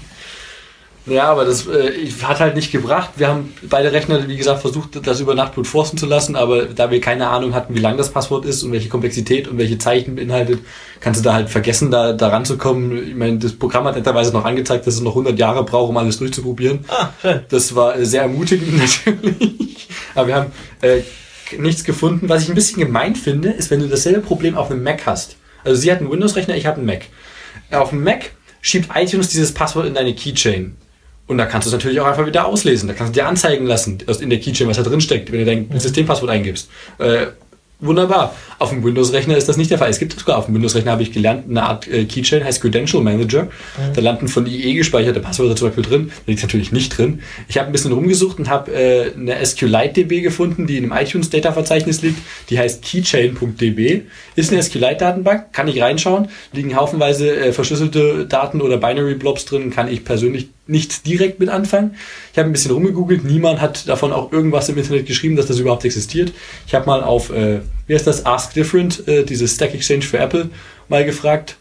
Ja, aber das äh, hat halt nicht gebracht. Wir haben beide Rechner, wie gesagt, versucht, das über Nacht brute forcen zu lassen, aber da wir keine Ahnung hatten, wie lang das Passwort ist und welche Komplexität und welche Zeichen beinhaltet, kannst du da halt vergessen, da, da ranzukommen. Ich meine, das Programm hat netterweise noch angezeigt, dass es noch hundert Jahre braucht, um alles durchzuprobieren. Ah, schön. Das war äh, sehr ermutigend natürlich. Aber wir haben äh, nichts gefunden. Was ich ein bisschen gemein finde, ist, wenn du dasselbe Problem auf einem Mac hast. Also sie hat einen Windows-Rechner, ich habe einen Mac. Auf dem Mac schiebt iTunes dieses Passwort in deine Keychain. Und da kannst du es natürlich auch einfach wieder auslesen. Da kannst du dir anzeigen lassen, in der Keychain, was da drin steckt, wenn du dein mhm. Systempasswort eingibst. Äh, wunderbar. Auf dem Windows-Rechner ist das nicht der Fall. Es gibt sogar auf dem Windows-Rechner, habe ich gelernt, eine Art äh, Keychain, heißt Credential Manager. Mhm. Da landen von I E gespeicherte Passwörter zum Beispiel drin. Da liegt natürlich nicht drin. Ich habe ein bisschen rumgesucht und habe äh, eine SQLite-D B gefunden, die in einem iTunes-Data-Verzeichnis liegt. Die heißt keychain punkt d b. Ist eine SQLite-Datenbank, kann ich reinschauen. Liegen haufenweise äh, verschlüsselte Daten oder Binary-Blobs drin, kann ich persönlich nicht direkt mit anfangen. Ich habe ein bisschen rumgegoogelt, niemand hat davon auch irgendwas im Internet geschrieben, dass das überhaupt existiert. Ich habe mal auf, äh, wie heißt das, Ask Different, äh, dieses Stack Exchange für Apple, mal gefragt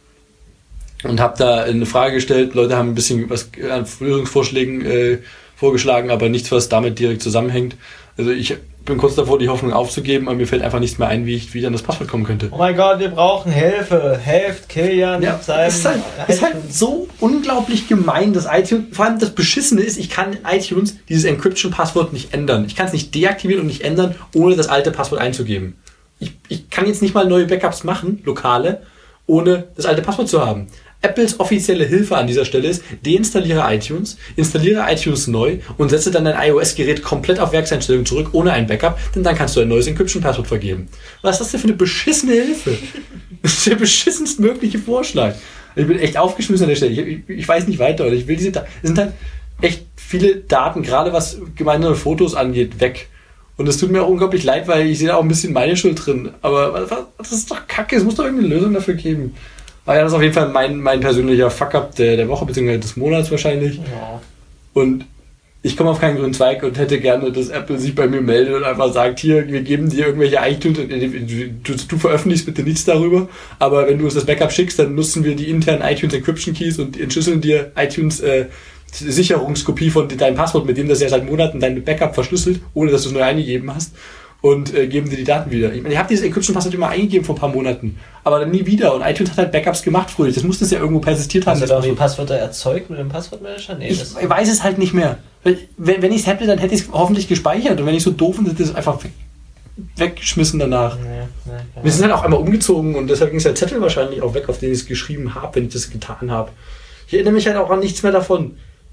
und habe da eine Frage gestellt. Leute haben ein bisschen was an Lösungsvorschlägen äh, vorgeschlagen, aber nichts, was damit direkt zusammenhängt. Also ich bin kurz davor, die Hoffnung aufzugeben, aber mir fällt einfach nichts mehr ein, wie ich wie ich an das Passwort kommen könnte. Oh mein Gott, wir brauchen Hilfe. Helft Kilian. Ja, das ist halt, ist halt so unglaublich gemein, dass iTunes, vor allem das Beschissene ist, ich kann in iTunes dieses Encryption-Passwort nicht ändern. Ich kann es nicht deaktivieren und nicht ändern, ohne das alte Passwort einzugeben. Ich, ich kann jetzt nicht mal neue Backups machen, lokale, ohne das alte Passwort zu haben. Apples offizielle Hilfe an dieser Stelle ist, deinstalliere iTunes, installiere iTunes neu und setze dann dein iOS-Gerät komplett auf Werkseinstellungen zurück, ohne ein Backup, denn dann kannst du ein neues Encryption-Passwort vergeben. Was ist das denn für eine beschissene Hilfe? Das ist der beschissenst mögliche Vorschlag. Ich bin echt aufgeschmissen an der Stelle. Ich, ich, ich weiß nicht weiter. Ich will diese Daten. Es sind halt echt viele Daten, gerade was gemeinsame Fotos angeht, weg. Und es tut mir auch unglaublich leid, weil ich sehe da auch ein bisschen meine Schuld drin. Aber das ist doch kacke. Es muss doch irgendeine Lösung dafür geben. Aber ja, das ist auf jeden Fall mein, mein persönlicher Fuck-up der, der Woche, beziehungsweise des Monats wahrscheinlich. Ja. Und ich komme auf keinen grünen Zweig und hätte gerne, dass Apple sich bei mir meldet und einfach sagt, hier, wir geben dir irgendwelche iTunes, du, du veröffentlichst bitte nichts darüber, aber wenn du uns das Backup schickst, dann nutzen wir die internen iTunes Encryption Keys und entschlüsseln dir iTunes äh, Sicherungskopie von deinem Passwort, mit dem das ja seit Monaten dein Backup verschlüsselt, ohne dass du es neu eingegeben hast. Und äh, geben dir die Daten wieder. Ich meine, ich habe dieses Encryption-Passwort immer eingegeben vor ein paar Monaten, aber dann nie wieder. Und iTunes hat halt Backups gemacht früher. Das musste es ja irgendwo persistiert haben. Hast du da die Passwörter erzeugt mit dem Passwortmanager? Nee, ich das weiß es halt nicht mehr. Wenn, wenn ich es hätte, dann hätte ich es hoffentlich gespeichert. Und wenn ich so doof bin, hätte ich es einfach weg, weggeschmissen danach. Nee, nee, Wir sind halt auch einmal umgezogen und deshalb ging es der Zettel wahrscheinlich auch weg, auf den ich es geschrieben habe, wenn ich das getan habe. Ich erinnere mich halt auch an nichts mehr davon.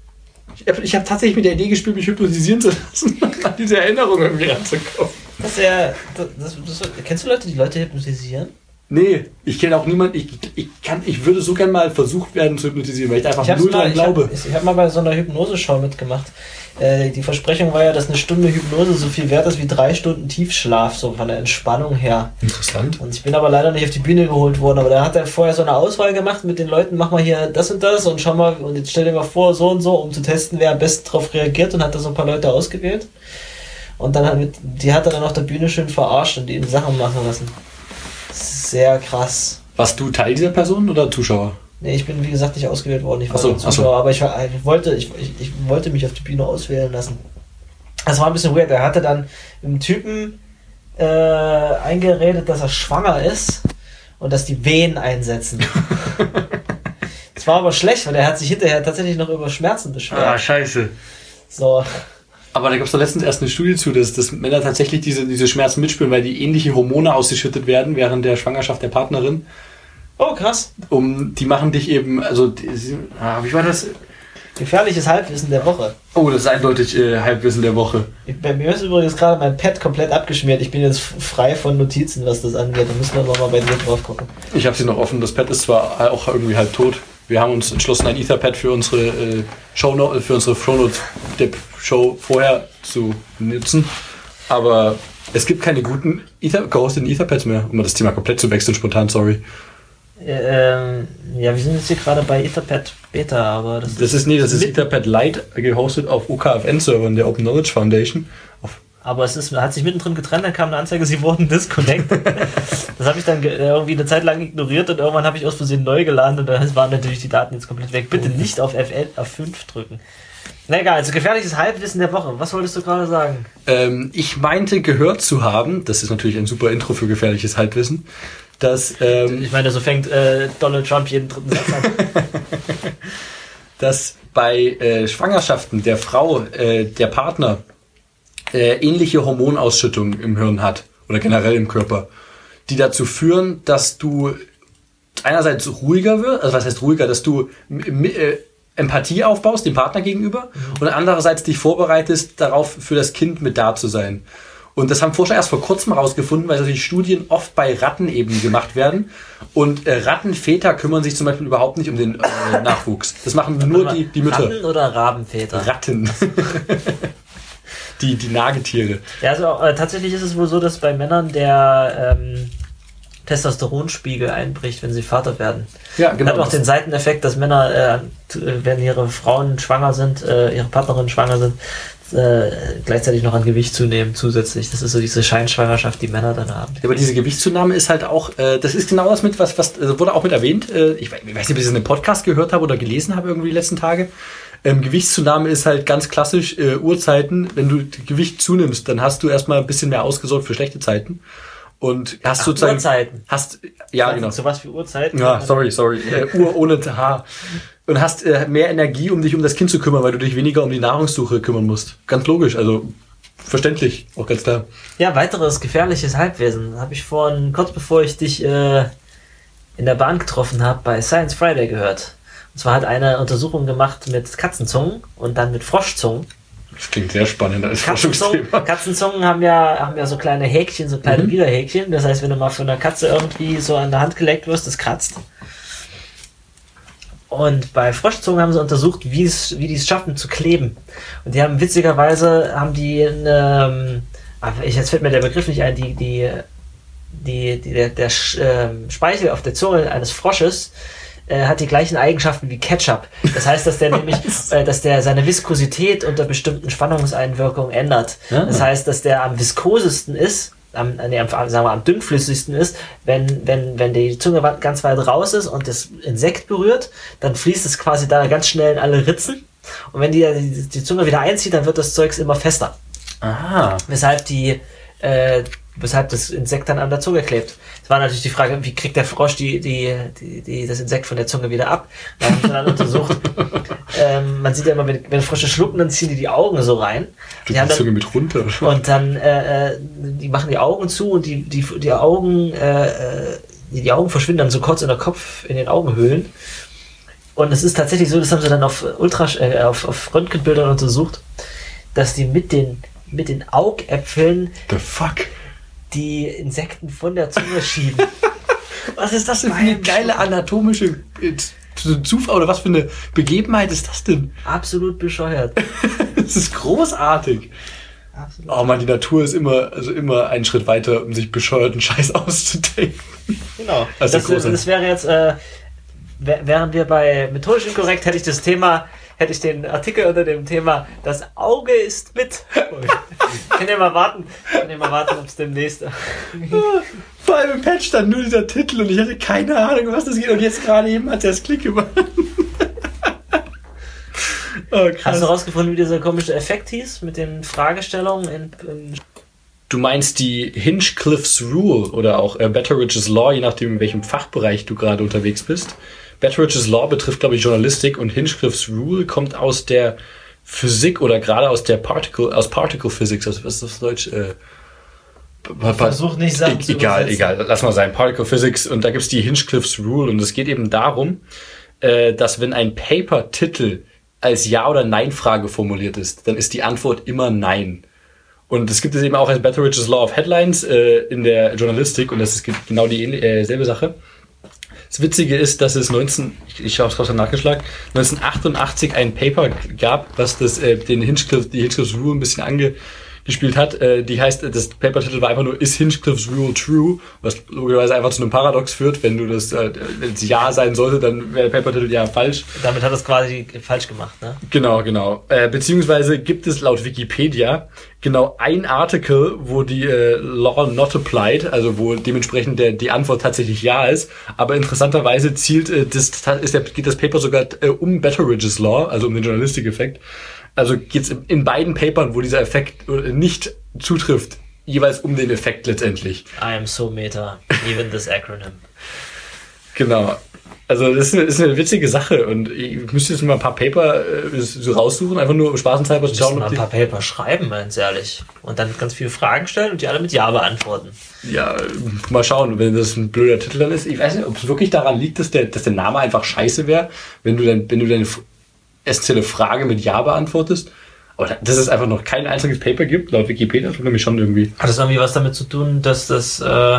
Ich habe hab tatsächlich mit der Idee gespielt, mich hypnotisieren zu lassen, an diese Erinnerung irgendwie ranzukommen. Das ist ja, das, das, das, kennst du Leute, die Leute hypnotisieren? Nee, ich kenne auch niemanden, ich, ich, kann, ich würde so gerne mal versucht werden zu hypnotisieren, weil ich da einfach ich null dran glaube. Hab, ich ich habe mal bei so einer Hypnose-Show mitgemacht. Äh, die Versprechung war ja, dass eine Stunde Hypnose so viel wert ist wie drei Stunden Tiefschlaf, so von der Entspannung her. Interessant. Und ich bin aber leider nicht auf die Bühne geholt worden, aber da hat er vorher so eine Auswahl gemacht mit den Leuten, mach mal hier das und das und schau mal, und jetzt stell dir mal vor, so und so, um zu testen, wer am besten darauf reagiert, und hat da so ein paar Leute ausgewählt. Und dann hat mit, die hat er dann auf der Bühne schön verarscht und ihnen Sachen machen lassen. Sehr krass. Warst du Teil dieser Person oder Zuschauer? Nee, ich bin wie gesagt nicht ausgewählt worden, ich war so, Zuschauer, so. aber ich, war, ich, wollte, ich, ich, ich wollte mich auf die Bühne auswählen lassen. Das war ein bisschen weird, er hatte dann einem Typen äh, eingeredet, dass er schwanger ist und dass die Wehen einsetzen. Das Das war aber schlecht, weil er hat sich hinterher tatsächlich noch über Schmerzen beschwert. Ah, scheiße. So. Aber da gab es doch letztens erst eine Studie zu, dass, dass Männer tatsächlich diese, diese Schmerzen mitspüren, weil die ähnliche Hormone ausgeschüttet werden während der Schwangerschaft der Partnerin. Oh, krass. Um, die machen dich eben, also, die, ah, wie war das? Gefährliches Halbwissen der Woche. Oh, das ist eindeutig äh, Halbwissen der Woche. Bei mir ist übrigens gerade mein Pad komplett abgeschmiert. Ich bin jetzt frei von Notizen, was das angeht. Da müssen wir nochmal bei dir drauf gucken. Ich habe sie noch offen. Das Pad ist zwar auch irgendwie halb tot. Wir haben uns entschlossen, ein Etherpad für unsere äh, Shownote, für unsere Shownote der Show vorher zu nutzen. Aber es gibt keine guten Ether gehosteten Etherpads mehr, um das Thema komplett zu wechseln, spontan, sorry. Ähm, ja, wir sind jetzt hier gerade bei Etherpad Beta, aber das, das ist, ist nee, das ist Etherpad Lite gehostet auf O K F N-Servern der Open Knowledge Foundation. Auf aber es ist, hat sich mittendrin getrennt, dann kam eine Anzeige, sie wurden disconnected. Das habe ich dann irgendwie eine Zeit lang ignoriert und irgendwann habe ich aus Versehen neu geladen und dann waren natürlich die Daten jetzt komplett weg. Bitte nicht auf F fünf drücken. Na egal, also gefährliches Halbwissen der Woche. Was wolltest du gerade sagen? Ähm, ich meinte gehört zu haben, das ist natürlich ein super Intro für gefährliches Halbwissen, dass... Ähm, ich meine, so fängt äh, Donald Trump jeden dritten Satz an. Dass bei äh, Schwangerschaften der Frau, äh, der Partner, äh, ähnliche Hormonausschüttungen im Hirn hat oder generell im Körper, die dazu führen, dass du einerseits ruhiger wirst, also was heißt ruhiger, dass du äh, Empathie aufbaust dem Partner gegenüber mhm. und andererseits dich vorbereitest, darauf für das Kind mit da zu sein. Und das haben Forscher erst vor kurzem rausgefunden, weil solche Studien oft bei Ratten eben gemacht werden. Und äh, Rattenväter kümmern sich zum Beispiel überhaupt nicht um den äh, Nachwuchs. Das machen nur die, die Mütter. Ratten oder Rabenväter? Ratten. die, die Nagetiere. Ja, also äh, tatsächlich ist es wohl so, dass bei Männern der ähm, Testosteronspiegel einbricht, wenn sie Vater werden. Ja, genau. Hat auch den Seiteneffekt, dass Männer, äh, wenn ihre Frauen schwanger sind, äh, ihre Partnerinnen schwanger sind, äh, gleichzeitig noch an Gewicht zunehmen zusätzlich. Das ist so diese Scheinschwangerschaft, die Männer dann haben. Ja, aber diese Gewichtszunahme ist halt auch, äh, das ist genau das mit, was, was äh, wurde auch mit erwähnt. Äh, ich, weiß, ich weiß nicht, ob ich das in einem Podcast gehört habe oder gelesen habe irgendwie die letzten Tage. Ähm, Gewichtszunahme ist halt ganz klassisch äh, Uhrzeiten. Wenn du Gewicht zunimmst, dann hast du erstmal ein bisschen mehr ausgesorgt für schlechte Zeiten. Und hast Ach, sozusagen... Uhrzeiten. Hast, ja, genau. So was wie Uhrzeiten. Ja, sorry, sorry. Äh, Uhr ohne H. Und hast äh, mehr Energie, um dich um das Kind zu kümmern, weil du dich weniger um die Nahrungssuche kümmern musst. Ganz logisch, also verständlich, auch ganz klar. Ja, weiteres gefährliches Halbwesen habe ich vorhin, kurz bevor ich dich äh, in der Bahn getroffen habe, bei Science Friday gehört. Und zwar hat eine Untersuchung gemacht mit Katzenzungen und dann mit Froschzungen. Das klingt sehr spannend als Katzenzungen, Katzenzungen haben ja, haben ja so kleine Häkchen, so kleine mhm. Widerhäkchen. Das heißt, wenn du mal von einer Katze irgendwie so an der Hand geleckt wirst, das kratzt. Und bei Froschzungen haben sie untersucht, wie es, wie die es schaffen zu kleben. Und die haben witzigerweise, haben die, eine, ich, jetzt fällt mir der Begriff nicht ein, die, die, die, die der, der Speichel auf der Zunge eines Frosches äh, hat die gleichen Eigenschaften wie Ketchup. Das heißt, dass der nämlich, äh, dass der seine Viskosität unter bestimmten Spannungseinwirkungen ändert. Ja. Das heißt, dass der am viskosesten ist, am, nee, am, sagen wir, am dünnflüssigsten ist, wenn, wenn, wenn die Zunge ganz weit raus ist und das Insekt berührt, dann fließt es quasi da ganz schnell in alle Ritzen. Und wenn die, die, die Zunge wieder einzieht, dann wird das Zeugs immer fester. Aha. Weshalb die, äh, weshalb das Insekt dann an der Zunge klebt. Es war natürlich die Frage, wie kriegt der Frosch die, die, die, die, das Insekt von der Zunge wieder ab? Da haben wir dann untersucht. ähm, man sieht ja immer, wenn, wenn Frösche schlucken, dann ziehen die die Augen so rein. Die, die Zunge mit runter. Und dann, äh, die machen die Augen zu und die, die, die Augen, äh, die, die Augen verschwinden dann so kurz in der Kopf, in den Augenhöhlen. Und es ist tatsächlich so, das haben sie dann auf Ultrasch, äh, auf, auf Röntgenbildern untersucht, dass die mit den, mit den Augäpfeln The fuck? die Insekten von der Zunge schieben. Was ist das denn für eine geile anatomische Zufall oder was für eine Begebenheit ist das denn? Absolut bescheuert. Das ist großartig. Absolut. Oh man, die Natur ist immer, also immer einen Schritt weiter, um sich bescheuerten Scheiß auszudenken. Genau. Also das, das wäre jetzt, äh, während wir bei methodisch inkorrekt, hätte ich das Thema, hätte ich den Artikel unter dem Thema Das Auge ist mit. Können wir mal warten, können wir mal warten, ob es demnächst. Vor allem im Patch stand nur dieser Titel und ich hatte keine Ahnung, was das geht. Und jetzt gerade eben hat er das Klick gemacht. Oh, hast du rausgefunden, wie dieser komische Effekt hieß mit den Fragestellungen in, in Du meinst die Hinchcliffe's Rule oder auch äh, Betteridge's Law, je nachdem, in welchem Fachbereich du gerade unterwegs bist. Betteridge's Law betrifft, glaube ich, Journalistik und Hinchcliffe's Rule kommt aus der Physik oder gerade aus der Particle, aus Particle Physics. Also, was ist das auf Deutsch? Äh, Versuch nicht Sachen e- zu Egal, übersetzen. egal. Lass mal sein. Particle Physics und da gibt's die Hinchcliffe's Rule und es geht eben darum, äh, dass wenn ein Paper-Titel als Ja- oder Nein-Frage formuliert ist, dann ist die Antwort immer Nein. Und es gibt es eben auch als Betteridge's Law of Headlines äh, in der Journalistik und das ist genau die äh, selbe Sache. Das Witzige ist, dass es neunzehn, ich, ich habe es gerade nachgeschlagen, neunzehnhundertachtundachtzig ein Paper gab, was das äh, den Hinchcliffe, die Hinchcliffe's Rule ein bisschen angespielt hat. Äh, die heißt, das Papertitel war einfach nur Is Hinchcliffe's Rule true? Was logischerweise einfach zu einem Paradox führt. Wenn du das, äh, wenn es Ja sein sollte, dann wäre der Papertitel ja falsch. Damit hat er es quasi falsch gemacht, ne? Genau, genau. Äh, beziehungsweise gibt es laut Wikipedia genau ein Artikel, wo die äh, Law not applied, also wo dementsprechend der, die Antwort tatsächlich Ja ist. Aber interessanterweise zielt äh, das, ist der, geht das Paper sogar äh, um Betteridge's Law, also um den Journalistikeffekt. Also geht's in, in beiden Papern, wo dieser Effekt äh, nicht zutrifft, jeweils um den Effekt letztendlich. I am so meta, even this acronym. Genau. Also das ist eine, ist eine witzige Sache und ich müsste jetzt mal ein paar Paper äh, so raussuchen, einfach nur um spaßenshalber zu schauen, mal ob ein die... paar Paper schreiben, ganz ehrlich. Und dann ganz viele Fragen stellen und die alle mit Ja beantworten. Ja, mal schauen, wenn das ein blöder Titel dann ist. Ich weiß nicht, ob es wirklich daran liegt, dass der, dass der Name einfach scheiße wäre, wenn du dann, wenn du deine essentielle Frage mit Ja beantwortest. Aber dass es einfach noch kein einziges Paper gibt, laut Wikipedia, das nämlich schon irgendwie. Hat das irgendwie was damit zu tun, dass das, äh,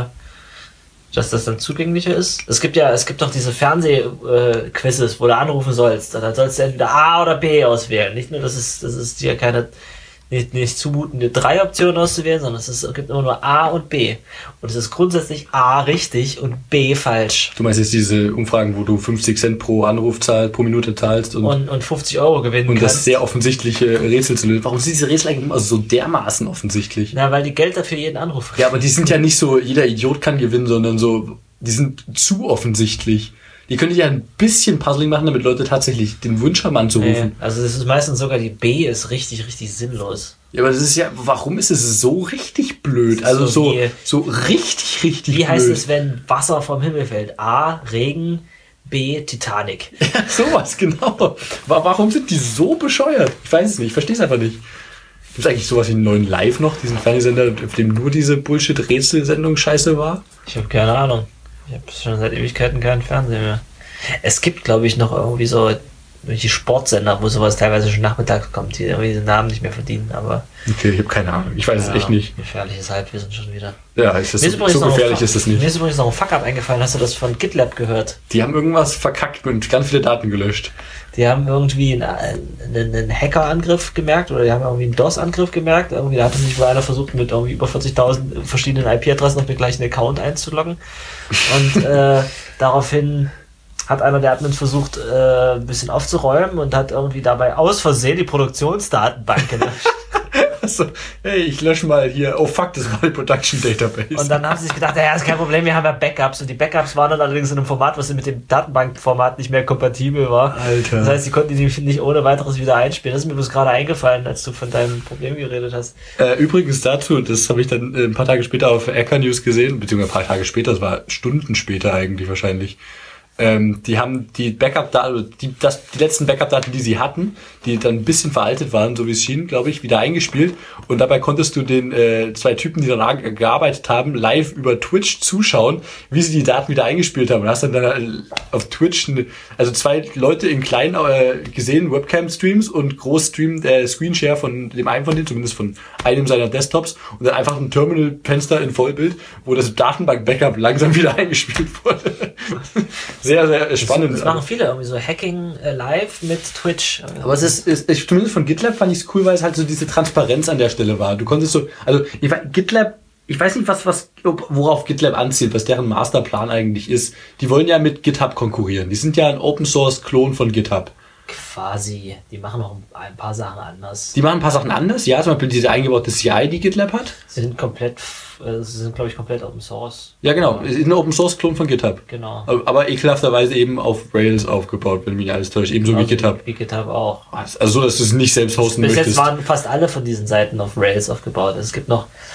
dass das dann zugänglicher ist? Es gibt ja, es gibt doch diese Fernseh-Quizzes, wo du anrufen sollst. Da sollst du entweder A oder B auswählen. Nicht nur, dass es, dass es dir keine, nicht, nicht zumuten, dir drei Optionen auszuwählen, sondern es, ist, es gibt immer nur A und B. Und es ist grundsätzlich A richtig und B falsch. Du meinst jetzt diese Umfragen, wo du fünfzig Cent pro Anruf zahlst, pro Minute zahlst und, Und, und fünfzig Euro gewinnen und das kannst. sehr offensichtliche Rätsel zu lösen. Warum sind diese Rätsel eigentlich immer so dermaßen offensichtlich? Na, weil die Geld dafür jeden Anruf. Ja, aber die sind ja nicht so, jeder Idiot kann gewinnen, sondern so, die sind zu offensichtlich. Die könnte ja ein bisschen Puzzling machen, damit Leute tatsächlich den Wunsch haben anzurufen. Nee, also das ist meistens sogar die B ist richtig, richtig sinnlos. Ja, aber das ist ja, warum ist es so richtig blöd? Also so so, wie- so richtig, richtig Wie blöd. heißt es, wenn Wasser vom Himmel fällt? A, Regen, B, Titanic. Sowas, genau. Wa- Warum sind die so bescheuert? Ich weiß es nicht, ich verstehe es einfach nicht. Gibt es eigentlich sowas wie einen neuen Live noch, diesen Fernsehsender, auf dem nur diese Bullshit-Rätselsendung scheiße war? Ich habe keine Ahnung. Ich habe schon seit Ewigkeiten keinen Fernseher mehr. Es gibt, glaube ich, noch irgendwie so die Sportsender, wo sowas teilweise schon nachmittags kommt, die irgendwie den Namen nicht mehr verdienen, aber Okay, ich habe keine Ahnung. Ich weiß es echt nicht. Gefährliches Halbwissen schon wieder. Ja, ist das Mir ist so, übrigens so noch ein gefährlich Fuck- ist das Mir nicht. ist übrigens noch ein Fuck-Up eingefallen. Hast du das von GitLab gehört? Die haben irgendwas verkackt und ganz viele Daten gelöscht. Die haben irgendwie einen, einen, einen Hackerangriff gemerkt oder die haben irgendwie einen DOS-Angriff gemerkt. Irgendwie, da hatte sich wohl einer versucht, mit irgendwie über vierzigtausend verschiedenen I P-Adressen auf den gleichen Account einzuloggen. Und äh, daraufhin hat einer der Admins versucht, äh, ein bisschen aufzuräumen und hat irgendwie dabei aus Versehen die Produktionsdatenbank gelöscht. Also, hey, ich lösche mal hier. Oh fuck, das war die Production Database. Und dann haben sie sich gedacht, ja, ist kein Problem, wir haben ja Backups. Und die Backups waren dann allerdings in einem Format, was mit dem Datenbankformat nicht mehr kompatibel war. Alter. Das heißt, sie konnten die nicht ohne weiteres wieder einspielen. Das ist mir bloß gerade eingefallen, als du von deinem Problem geredet hast. Äh, übrigens dazu, das habe ich dann äh, ein paar Tage später auf Hacker News gesehen, beziehungsweise ein paar Tage später, das war Stunden später eigentlich wahrscheinlich. Ähm, die haben die Backup-Daten, die, das, die letzten Backup-Daten, die sie hatten, die dann ein bisschen veraltet waren, so wie es schien, glaube ich, wieder eingespielt. Und dabei konntest du den äh, zwei Typen, die daran gearbeitet haben, live über Twitch zuschauen, wie sie die Daten wieder eingespielt haben. Und hast dann, dann äh, auf Twitch, eine, also zwei Leute in klein äh, gesehen, Webcam-Streams und Großstream, der äh, Screenshare von dem einen von denen, zumindest von einem seiner Desktops, und dann einfach ein Terminal-Fenster in Vollbild, wo das Datenbank-Backup langsam wieder eingespielt wurde. Sehr, sehr spannend. Das machen viele irgendwie so Hacking äh, live mit Twitch. Aber es ist, ist, ist zumindest von GitLab fand ich es cool, weil es halt so diese Transparenz an der Stelle war. Du konntest so, also ich weiß, GitLab, ich weiß nicht, was, was, worauf GitLab anzielt, was deren Masterplan eigentlich ist. Die wollen ja mit GitHub konkurrieren. Die sind ja ein Open Source Klon von GitHub. Quasi. Die machen noch ein paar Sachen anders. Die machen ein paar Sachen anders, ja, zum Beispiel diese eingebaute C I, die GitLab hat. Sie sind komplett, äh, sie sind glaube ich komplett Open Source. Ja, genau, ist ein Open Source Klon von GitHub. Genau. Aber ekelhafterweise eben auf Rails aufgebaut, wenn mich nicht alles täuscht, ebenso wie Also GitHub. Wie GitHub auch. Also so, dass du es nicht selbst hosten Bis möchtest. jetzt waren fast alle von diesen Seiten auf Rails aufgebaut. Es gibt noch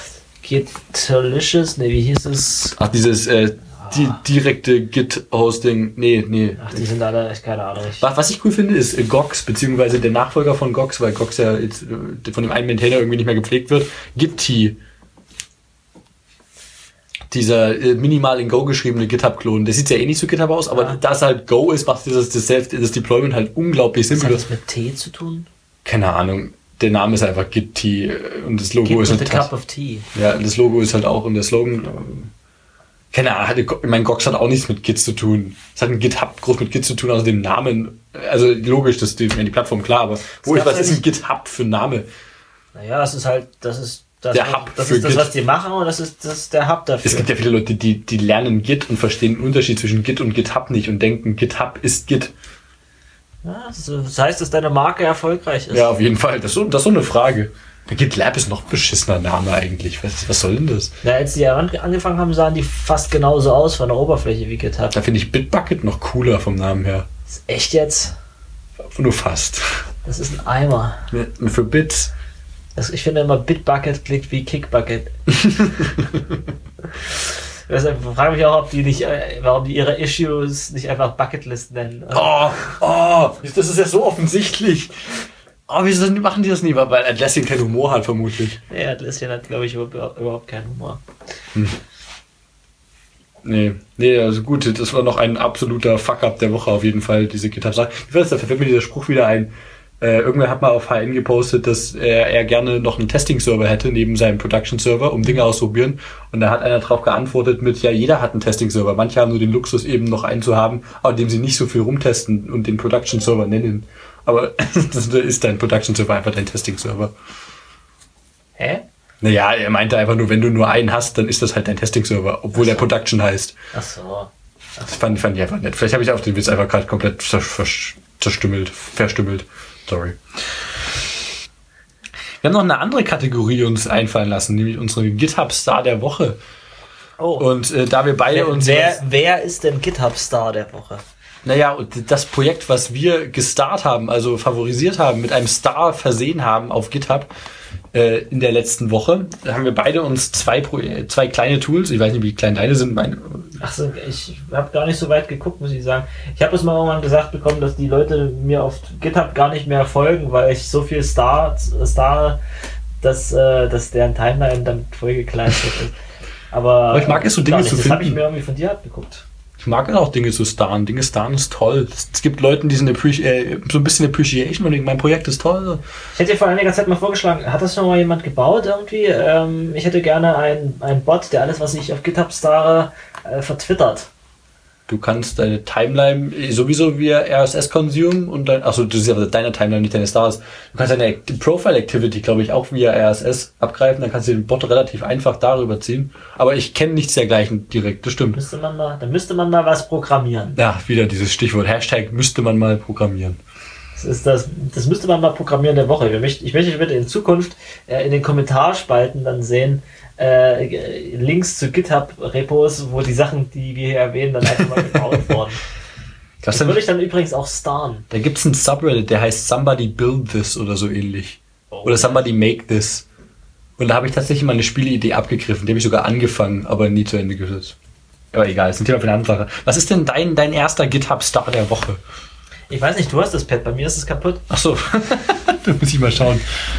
Git-Delicious, ne, wie hieß es? Ach, dieses äh, die direkte Git-Hosting. Nee, nee. Ach, die sind alle, echt keine Ahnung. Was, was ich cool finde, ist äh, Gox, beziehungsweise der Nachfolger von Gox, weil Gox ja jetzt äh, von dem einen Maintainer irgendwie nicht mehr gepflegt wird. Git-T. Dieser äh, minimal in Go geschriebene GitHub-Klon. Der sieht ja eh nicht so GitHub aus, aber ja. Da es halt Go ist, macht das, das, das Deployment halt unglaublich simpel. Was hat das mit T zu tun? Keine Ahnung. Der Name ist einfach Git-T und das Logo Git ist with a cup of tea. Ja, das Logo ist halt auch in der Slogan. Keine Ahnung, mein Gox hat auch nichts mit Git zu tun. Es hat ein GitHub groß mit Git zu tun, außer dem Namen. Also logisch, das ist die, die Plattform klar, aber wo ist, was ist ein GitHub für ein Name? Naja, das ist halt, das ist das, der Hub das, für ist das Git. Was die machen, und das ist, das ist der Hub dafür. Es gibt ja viele Leute, die, die lernen Git und verstehen den Unterschied zwischen Git und GitHub nicht und denken, GitHub ist Git. Ja, das heißt, dass deine Marke erfolgreich ist. Ja, auf jeden Fall. Das ist so, das ist so eine Frage. GitLab ist noch ein beschissener Name eigentlich. Was, was soll denn das? Na, als die angefangen haben, sahen die fast genauso aus von der Oberfläche wie GitHub. Da finde ich Bitbucket noch cooler vom Namen her. Ist echt jetzt? Nur fast. Das ist ein Eimer. Ja, für Bits. Das, ich finde immer, Bitbucket klingt wie Kickbucket. Deshalb frage mich auch, ob die nicht, warum die ihre Issues nicht einfach Bucketlist nennen. Oh, oh, das ist ja so offensichtlich. Oh, wieso machen die das nie? Weil Atlassian keinen Humor hat, vermutlich. Nee, Atlassian hat, glaube ich, überhaupt keinen Humor. Hm. Nee, nee, also gut, das war noch ein absoluter Fuck-up der Woche auf jeden Fall, diese GitHub-Sache. Wie war das, da fällt mir dieser Spruch wieder ein. Äh, irgendwer hat mal auf H N gepostet, dass er, er gerne noch einen Testing-Server hätte neben seinem Production-Server, um Dinge auszuprobieren. Und da hat einer drauf geantwortet mit, ja, jeder hat einen Testing-Server. Manche haben nur den Luxus, eben noch einen zu haben, aber dem sie nicht so viel rumtesten und den Production-Server nennen. Aber das ist dein Production-Server einfach dein Testing-Server. Hä? Naja, er meinte einfach nur, wenn du nur einen hast, dann ist das halt dein Testing-Server, obwohl der Production heißt. Ach so. Ach Das fand, fand ich einfach nett. Vielleicht habe ich auf den Witz einfach gerade komplett zerstümmelt, verstümmelt. Sorry. Wir haben noch eine andere Kategorie uns einfallen lassen, nämlich unsere GitHub-Star der Woche. Oh. Und äh, da wir beide wer, uns... Wer, wer ist denn GitHub-Star der Woche? Naja, und das Projekt, was wir gestarrt haben, also favorisiert haben, mit einem Star versehen haben auf GitHub äh, in der letzten Woche, da haben wir beide uns zwei, Pro- zwei kleine Tools, ich weiß nicht, wie klein deine sind, meine... Achso, ich habe gar nicht so weit geguckt, muss ich sagen. Ich habe es mal irgendwann gesagt bekommen, dass die Leute mir auf GitHub gar nicht mehr folgen, weil ich so viel Star, Star dass, äh, dass deren Timeline damit vollgekleistert ist. Aber, Aber ich mag es, so Dinge nicht, zu das finden. Das habe ich mir irgendwie von dir abgeguckt. Ich mag auch Dinge zu starren. Dinge starren ist toll. Es gibt Leute, die sind appreci- äh, so ein bisschen Appreciation und mein Projekt ist toll. Ich hätte dir vor einiger Zeit mal vorgeschlagen, hat das schon mal jemand gebaut irgendwie? Ähm, ich hätte gerne einen Bot, der alles, was ich auf GitHub starre, äh, vertwittert. Du kannst deine Timeline sowieso via R S S consume und dann, achso, du siehst aber deine Timeline, nicht deine Stars. Du kannst deine Profile Activity, glaube ich, auch via R S S abgreifen, dann kannst du den Bot relativ einfach darüber ziehen. Aber ich kenne nichts dergleichen direkt, das stimmt. Müsste man mal, da müsste man mal was programmieren. Ja, wieder dieses Stichwort, Hashtag müsste man mal programmieren. Das ist das, das müsste man mal programmieren der Woche. Ich möchte, ich möchte bitte in Zukunft äh, in den Kommentarspalten dann sehen, äh, Links zu GitHub-Repos, wo die Sachen, die wir hier erwähnen, dann einfach mal gebaut wurden. Das würde ich dann übrigens auch starren. Da gibt es einen Subreddit, der heißt Somebody Build This oder so ähnlich. Oh. Oder Somebody Make This. Und da habe ich tatsächlich mal eine Spieleidee abgegriffen. Die habe ich sogar angefangen, aber nie zu Ende gesetzt. Aber egal, ist ein Thema für eine andere Sache. Was ist denn dein, dein erster GitHub-Star der Woche? Ich weiß nicht, du hast das Pad, bei mir ist es kaputt. Ach so, da muss ich mal schauen.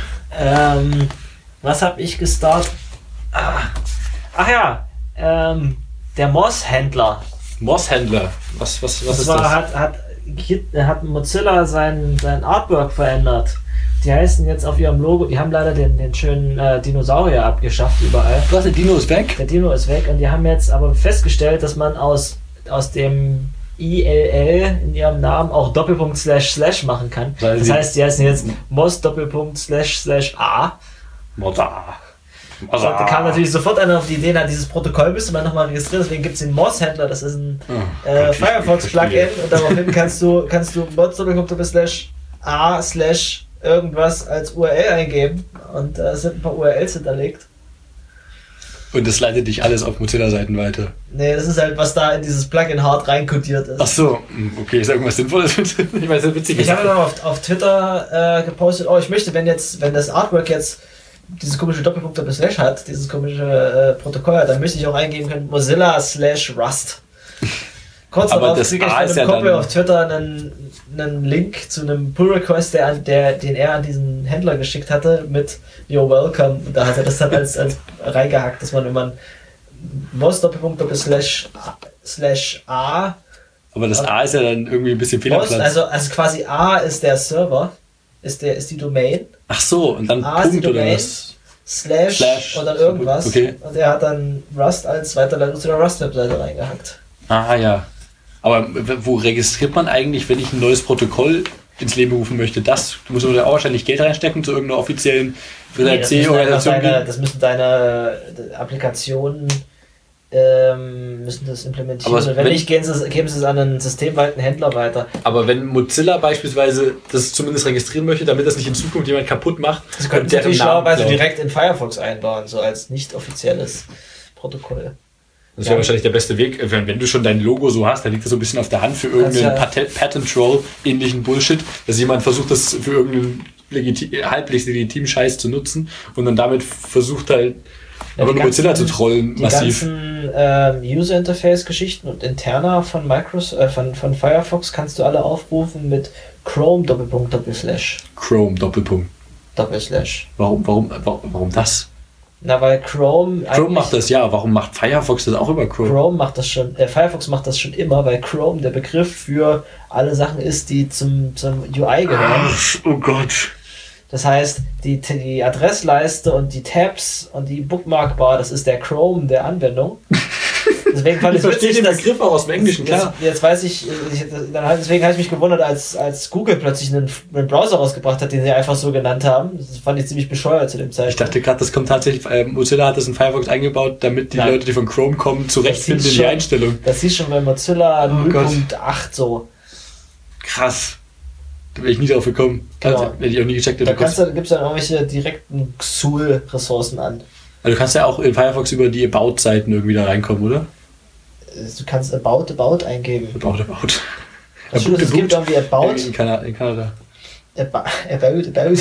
Ähm, was habe ich gestartet? Ah. Ach ja, ähm, der Moss-Händler. Moss-Händler, was, was, was das ist war, das? Hat, hat, hat Mozilla sein, sein Artwork verändert. Die heißen jetzt auf ihrem Logo, die haben leider den, den schönen äh, Dinosaurier abgeschafft überall. Was, der Dino ist weg? Der Dino ist weg und die haben jetzt aber festgestellt, dass man aus, aus dem I L L in ihrem Namen auch Doppelpunkt slash slash machen kann. Weil das sie- heißt, die heißen jetzt Moss Doppelpunkt slash slash A. Mossa. Also, da kam natürlich sofort einer auf die Idee, na, dieses Protokoll müsste man nochmal registrieren, deswegen gibt es den Moss-Händler, das ist ein Oh, äh, Gott, ich- Firefox-Plugin ich und daraufhin kannst du, kannst du mods doppelpunkt slash A slash irgendwas als U R L eingeben und da äh, sind ein paar U R Ls hinterlegt. Und das leitet dich alles auf Mozilla-Seiten weiter. Nee, das ist halt, was da in dieses Plugin hart reinkodiert ist. Ach so, okay, ist da irgendwas Sinnvolles mit? Ich weiß, das ist witzig. Ich habe dann auf, auf Twitter äh, gepostet, oh, ich möchte, wenn jetzt, wenn das Artwork jetzt dieses komische Doppelpunkt Doppel Slash hat, dieses komische äh, Protokoll hat, dann müsste ich auch eingeben können, Mozilla slash Rust. Kurz darauf kriege ich von einem Kumpel auf Twitter einen, einen Link zu einem Pull-Request, der, der, den er an diesen Händler geschickt hatte mit You're welcome. Und da hat er das dann als, als reingehackt, dass man, wenn man Moz Doppelpunkt Doppel Slash Slash A. Aber das A ist ja dann irgendwie ein bisschen Fehlerplatz. Also, also quasi A ist der Server, ist, der, ist die Domain. Ach so, und dann A Punkt ist die Domain, oder was? Slash, Slash und dann irgendwas. Okay. Und er hat dann Rust als Weiterleitung zu der Rust-Webseite reingehackt. Ah ja. Aber wo registriert man eigentlich, wenn ich ein neues Protokoll ins Leben rufen möchte? Das, du musst da auch wahrscheinlich Geld reinstecken zu irgendeiner offiziellen nee, C-Organisation. Das, das müssen deine Applikationen ähm, müssen das implementieren. Aber wenn, wenn nicht, geben sie, es, geben sie es an einen systemweiten Händler weiter. Aber wenn Mozilla beispielsweise das zumindest registrieren möchte, damit das nicht in Zukunft jemand kaputt macht, das könnten sie natürlich schlauerweise direkt in Firefox einbauen, so als nicht offizielles Protokoll. Das wäre ja wahrscheinlich der beste Weg. Wenn, wenn du schon dein Logo so hast, dann liegt das so ein bisschen auf der Hand für irgendeinen ja Patent, Patent-Troll-ähnlichen Bullshit, dass jemand versucht, das für irgendeinen legiti- halbwegs legitimen Scheiß zu nutzen und dann damit versucht halt, ja, aber nur Mozilla zu trollen, die massiv. Die ganzen ähm, User-Interface-Geschichten und interner von Microsoft, äh, von, von Firefox kannst du alle aufrufen mit Chrome Doppelpunkt Doppel Slash. Chrome Doppelpunkt. Doppel Slash. Warum, warum, warum, warum das? Na, weil Chrome... Chrome macht das, ja. Warum macht Firefox das auch über Chrome? Chrome macht das schon, äh, Firefox macht das schon immer, weil Chrome der Begriff für alle Sachen ist, die zum, zum U I gehören. Ach, oh Gott. Das heißt, die, die Adressleiste und die Tabs und die Bookmarkbar, das ist der Chrome der Anwendung. Deswegen fand ich ich verstehe den Begriff auch aus dem Englischen, klar. Jetzt, jetzt weiß ich, ich dann, deswegen habe ich mich gewundert, als, als Google plötzlich einen, einen Browser rausgebracht hat, den sie einfach so genannt haben. Das fand ich ziemlich bescheuert zu dem Zeitpunkt. Ich dachte gerade, das kommt tatsächlich, äh, Mozilla hat das in Firefox eingebaut, damit die Nein. Leute, die von Chrome kommen, zurechtfinden in die Einstellung. Das hieß schon bei Mozilla oh null Punkt acht so. Krass. Da wäre ich nie drauf gekommen. Genau. Hätte ich auch nie gecheckt. Da kannst du, gibst du dann irgendwelche direkten X U L-Ressourcen an. Also du kannst ja auch in Firefox über die About-Seiten irgendwie da reinkommen, oder? Du kannst About, About eingeben. About, About. Also ja, es gibt irgendwie About. In Kanada. In Kanada. About, About. About.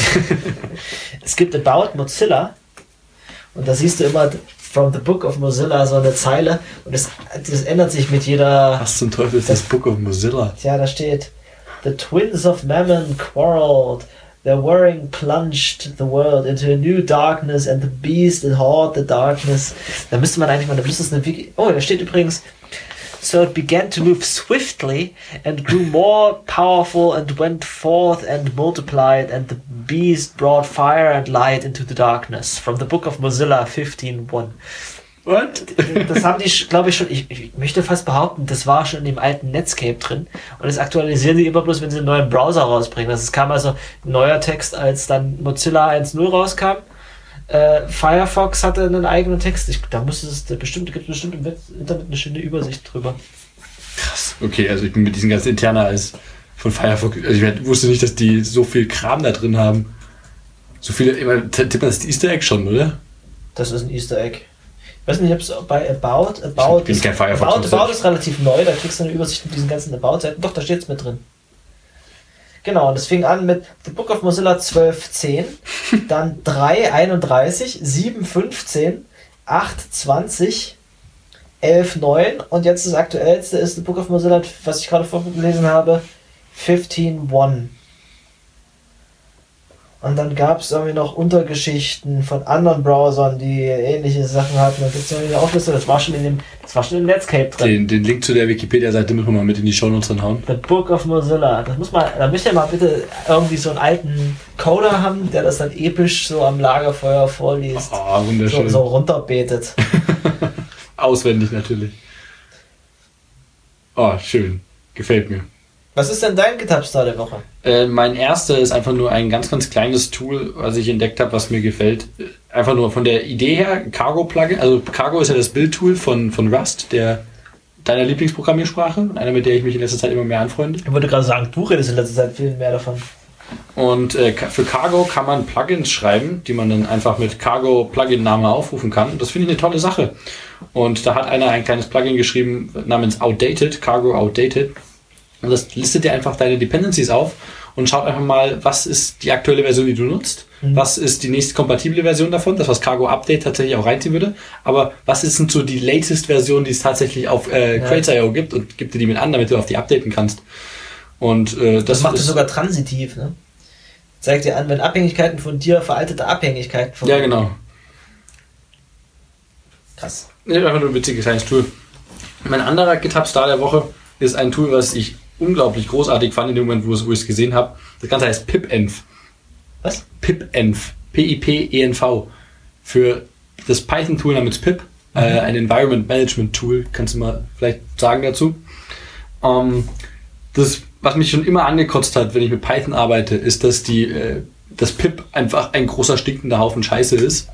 Es gibt About Mozilla. Und da siehst du immer from the Book of Mozilla so eine Zeile. Und das, das ändert sich mit jeder... Was zum Teufel ist das, das Book of Mozilla? Ja, da steht... The twins of Mammon quarreled. Their warring plunged the world into a new darkness and the beast that haunt the darkness. Da müsste man eigentlich mal, da müsste es eine Wiki... Oh, da steht übrigens... So it began to move swiftly and grew more powerful and went forth and multiplied and the beast brought fire and light into the darkness. From the Book of Mozilla fifteen one. What? Das haben die, glaube ich, schon, ich, ich möchte fast behaupten, das war schon in dem alten Netscape drin. Und das aktualisieren die immer bloß, wenn sie einen neuen Browser rausbringen. Das kam also ein neuer Text, als dann Mozilla eins Punkt null rauskam. Äh, Firefox hatte einen eigenen Text. Ich, da muss es bestimmt, gibt es bestimmt im Internet eine schöne Übersicht drüber. Krass. Okay, also ich bin mit diesen ganzen Interna als von Firefox, also ich wusste nicht, dass die so viel Kram da drin haben. So viele, immer tippt man das Easter Egg schon, oder? Das ist ein Easter Egg. Ich weiß nicht, ob es bei About, About, ich bin ist, kein Firefox About, About ist relativ neu, da kriegst du eine Übersicht mit diesen ganzen About-Seiten. Doch, da steht es mit drin. Genau, und es fing an mit The Book of Mozilla zwölf zehn, dann drei einunddreißig, sieben fünfzehn, acht zwanzig, elf neun und jetzt das aktuellste ist The Book of Mozilla, was ich gerade vorgelesen habe, fifteen one. Und dann gab es irgendwie noch Untergeschichten von anderen Browsern, die ähnliche Sachen hatten. Und jetzt eine Auflistung, das war schon in dem, das war schon im Netscape drin. Den, den Link zu der Wikipedia-Seite müssen wir mal mit in die Shownotes hauen. The Book of Mozilla. Das muss man, da müsst ihr mal bitte irgendwie so einen alten Coder haben, der das dann episch so am Lagerfeuer vorliest. Oh, wunderschön. So, so runterbetet. Auswendig natürlich. Oh, schön. Gefällt mir. Was ist denn dein GitHub-Star der Woche? Äh, mein erster ist einfach nur ein ganz, ganz kleines Tool, was ich entdeckt habe, was mir gefällt. Einfach nur von der Idee her, Cargo-Plugin. Also Cargo ist ja das Build-Tool von, von Rust, der deiner Lieblingsprogrammiersprache und einer, mit der ich mich in letzter Zeit immer mehr anfreunde. Ich wollte gerade sagen, du redest in letzter Zeit viel mehr davon. Und äh, für Cargo kann man Plugins schreiben, die man dann einfach mit Cargo-Plugin-Name aufrufen kann. Und das finde ich eine tolle Sache. Und da hat einer ein kleines Plugin geschrieben namens Outdated, Cargo Outdated. Und das listet dir einfach deine Dependencies auf und schaut einfach mal, was ist die aktuelle Version, die du nutzt, mhm. was ist die nächste kompatible Version davon, das was Cargo Update tatsächlich auch reinziehen würde, aber was ist denn so die latest Version, die es tatsächlich auf äh, ja. Crates punkt i o gibt und gib dir die mit an, damit du auf die updaten kannst. Und äh, das, das macht es sogar transitiv, ne? Zeigt dir an, wenn Abhängigkeiten von dir veraltete Abhängigkeiten von Ja, genau. Krass. Ja, einfach nur ein witziges kleines Tool. Mein anderer GitHub-Star der Woche ist ein Tool, was ich unglaublich großartig fand in dem Moment, wo, wo ich es gesehen habe. Das Ganze heißt pipenv. Was? pipenv. P I P E N V. Für das Python-Tool namens pip. Mhm. Äh, ein Environment Management Tool. Kannst du mal vielleicht sagen dazu? Ähm, das, was mich schon immer angekotzt hat, wenn ich mit Python arbeite, ist, dass die, äh, das pip einfach ein großer stinkender Haufen Scheiße ist.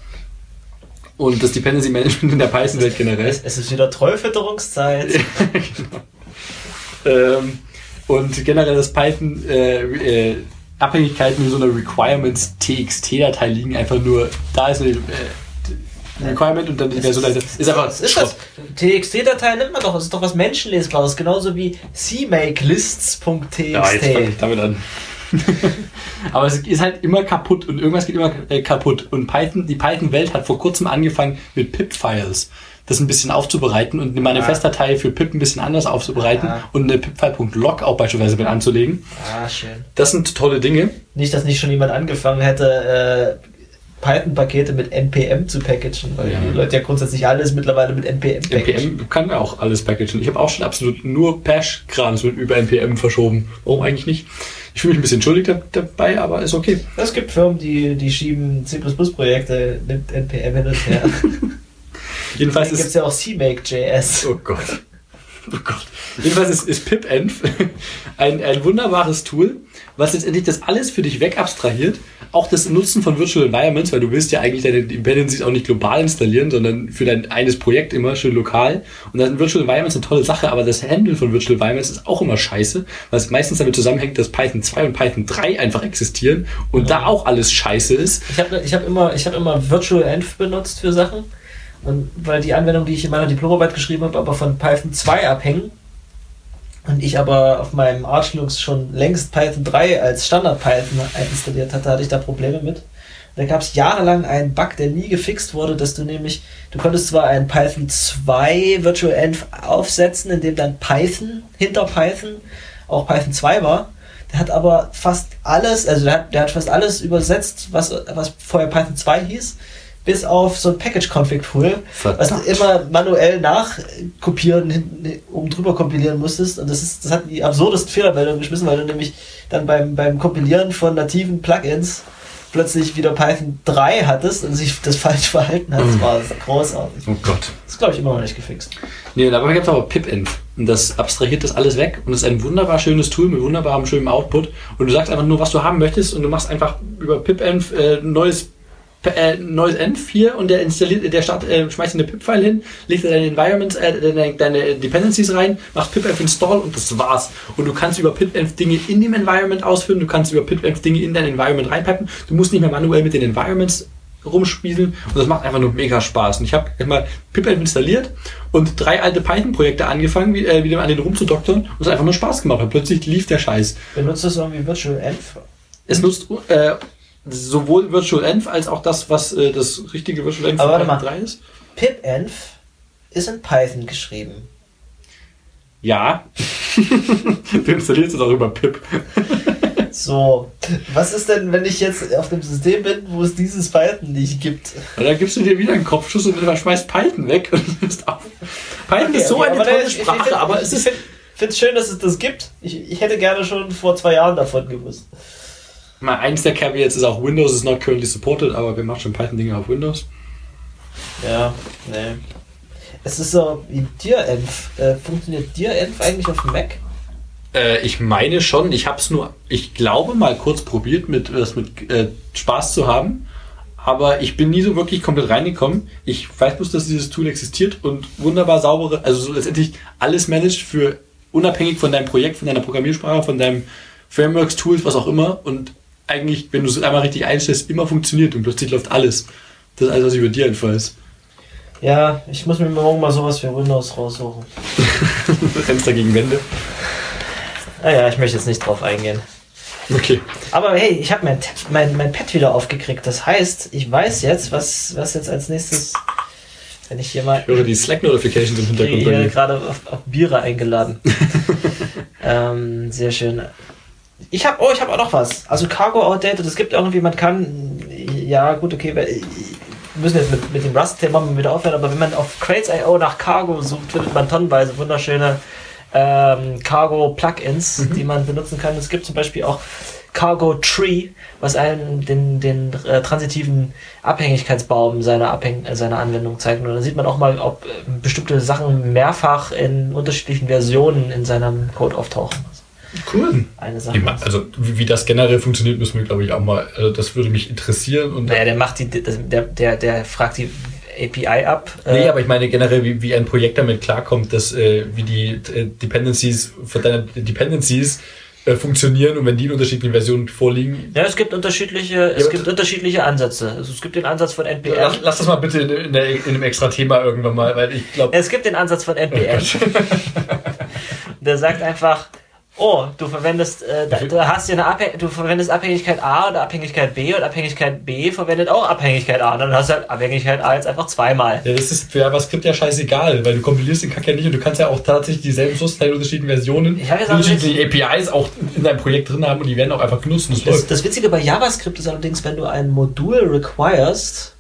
Und das Dependency Management in der Python-Welt generell. Es, es ist wieder Trollfütterungszeit. Genau. Ähm, und generell das Python äh, äh, Abhängigkeiten in so einer Requirements-T X T-Datei liegen einfach nur, da ist eine äh, Requirement und dann die Version ist, ist einfach ist das? T X T-Datei nimmt man doch, das ist doch was Menschenlesbares, genauso wie C make lists punkt t x t. Ja, jetzt fange ich damit an. Aber es ist halt immer kaputt und irgendwas geht immer äh, kaputt. Und Python, die Python-Welt hat vor kurzem angefangen mit pip-Files, das ein bisschen aufzubereiten und eine Manifestdatei für pip ein bisschen anders aufzubereiten ja. und eine pipfile.log auch beispielsweise mit anzulegen. Ah, schön. Das sind tolle Dinge. Nicht, dass nicht schon jemand angefangen hätte, äh, Python-Pakete mit N P M zu packagen, weil ja. die Leute ja grundsätzlich alles mittlerweile mit N P M packagen. N P M kann ja auch alles packagen. Ich habe auch schon absolut nur Bash-Krams mit über N P M verschoben. Warum eigentlich nicht? Ich fühle mich ein bisschen schuldig dabei, aber ist okay. Es gibt Firmen, die, die schieben C plus plus-Projekte mit N P M hin und her. Jedenfalls gibt es ja auch C make punkt J S. Oh Gott. Oh Gott. Jedenfalls ist, ist pipenv ein, ein wunderbares Tool, was letztendlich das alles für dich wegabstrahiert. Auch das Nutzen von Virtual Environments, weil du willst ja eigentlich deine Dependencies auch nicht global installieren, sondern für dein eines Projekt immer schön lokal. Und dann Virtual Environments eine tolle Sache, aber das Handeln von Virtual Environments ist auch immer scheiße, weil es meistens damit zusammenhängt, dass Python zwei und Python drei einfach existieren und mhm. da auch alles scheiße ist. Ich habe ich hab immer, ich hab immer Virtual Env benutzt für Sachen. Und weil die Anwendung, die ich in meiner Diplomarbeit geschrieben habe, aber von Python zwei abhängen und ich aber auf meinem Arch Linux schon längst Python drei als Standard Python installiert hatte, hatte ich da Probleme mit. Und da gab es jahrelang einen Bug, der nie gefixt wurde, dass du nämlich, du konntest zwar ein Python zwei Virtual Env aufsetzen, in dem dann Python hinter Python auch Python zwei war. Der hat aber fast alles, also der hat, der hat fast alles übersetzt, was, was vorher Python zwei hieß, bis auf so ein Package-Config-Tool, was du immer manuell nachkopieren, oben drüber kompilieren musstest. Und das ist, das hat die absurdesten Fehlermeldungen geschmissen, weil du nämlich dann beim, beim Kompilieren von nativen Plugins plötzlich wieder Python drei hattest und sich das falsch verhalten hat. Das war großartig. Oh Gott. Das ist, glaube ich, immer noch nicht gefixt. Nee, dabei gibt es aber pipenv. Und das abstrahiert das alles weg. Und es ist ein wunderbar schönes Tool mit wunderbarem schönem Output. Und du sagst einfach nur, was du haben möchtest. Und du machst einfach über pipenv äh, ein neues Äh, neues Env hier und der installiert, der start, äh, schmeißt eine pip-File hin, legt deine Environments, äh, deine, deine Dependencies rein, macht pipenv install und das war's. Und du kannst über pipenv Dinge in dem Environment ausführen, du kannst über pipenv Dinge in dein Environment reinpappen, du musst nicht mehr manuell mit den Environments rumspielen und das macht einfach nur mega Spaß. Und ich habe mal pipenv installiert und drei alte Python-Projekte angefangen, wie, äh, wieder an denen rumzudoktern und es hat einfach nur Spaß gemacht, weil plötzlich lief der Scheiß. Benutzt das irgendwie Virtual Env? Es nutzt äh, sowohl Virtual Env als auch das, was äh, das richtige Virtual Env von Python drei ist. pipenv ist in Python geschrieben. Ja. Du installierst es auch über pip. So, was ist denn, wenn ich jetzt auf dem System bin, wo es dieses Python nicht gibt? Und dann gibst du dir wieder einen Kopfschuss und dann schmeißt Python weg und hörst auf. Python okay, ist so okay, eine tolle Sprache, ich, ich, ich, aber es ist... Ich finde es schön, dass es das gibt. Ich, ich hätte gerne schon vor zwei Jahren davon gewusst. Mal eins der Caveats ist auch Windows is not currently supported, aber wir machen schon Python-Dinge auf Windows. Ja, nee. Es ist so wie direnv. Äh, funktioniert direnv eigentlich auf dem Mac? Äh, ich meine schon. Ich habe es nur, ich glaube, mal kurz probiert, mit, das mit äh, Spaß zu haben. Aber ich bin nie so wirklich komplett reingekommen. Ich weiß bloß, dass dieses Tool existiert und wunderbar saubere, also so letztendlich alles managt für unabhängig von deinem Projekt, von deiner Programmiersprache, von deinem Frameworks, Tools, was auch immer. Und eigentlich, wenn du es einmal richtig einstellst, immer funktioniert und plötzlich läuft alles. Das ist alles, was über dir weiß. Ja, ich muss mir morgen mal sowas für Windows raussuchen. Fenster gegen Wände. Naja, ich möchte jetzt nicht drauf eingehen. Okay. Aber hey, ich habe mein, mein, mein Pad wieder aufgekriegt. Das heißt, ich weiß jetzt, was, was jetzt als nächstes, wenn ich hier mal... Ich höre die Slack-Notifications im Hintergrund. Ich bin gerade auf, auf Biere eingeladen. ähm, sehr schön. Ich habe, oh, ich habe auch noch was. Also Cargo Outdated, es gibt irgendwie, man kann, ja gut, okay, wir müssen jetzt mit, mit dem Rust-Thema wieder aufhören, aber wenn man auf Crates Punkt i o nach Cargo sucht, findet man tonnenweise wunderschöne ähm, Cargo-Plugins, mhm. die man benutzen kann. Es gibt zum Beispiel auch Cargo Tree, was einen den, den äh, transitiven Abhängigkeitsbaum seiner, Abhäng äh, seiner Anwendung zeigt. Und dann sieht man auch mal, ob äh, bestimmte Sachen mehrfach in unterschiedlichen Versionen in seinem Code auftauchen. Cool. Eine Sache. Also wie, wie das generell funktioniert, müssen wir, glaube ich, auch mal, also das würde mich interessieren. Und naja, der macht die, der, der, der fragt die A P I ab. Nee, äh, aber ich meine generell, wie, wie ein Projekt damit klarkommt, dass äh, wie die äh, Dependencies von deinen Dependencies äh, funktionieren und wenn die in unterschiedlichen Versionen vorliegen. Ja, es gibt unterschiedliche, ja, es gibt unterschiedliche Ansätze. Also es gibt den Ansatz von N P M. Lass, lass das mal bitte in, in, der, in einem extra Thema irgendwann mal, weil ich glaube. Es gibt den Ansatz von N P M. Der sagt einfach, oh, du verwendest, äh, da, du hast hier eine Abhäng- du verwendest Abhängigkeit A oder Abhängigkeit B und Abhängigkeit B verwendet auch Abhängigkeit A. Und dann hast du halt Abhängigkeit A jetzt einfach zweimal. Ja, das ist für JavaScript ja scheißegal, weil du kompilierst den Kack ja nicht und du kannst ja auch tatsächlich dieselben Source-Teile in unterschiedlichen Versionen, unterschiedliche A P Is auch in deinem Projekt drin haben und die werden auch einfach genutzt. Das, das, das Witzige bei JavaScript ist allerdings, wenn du ein Modul requirest,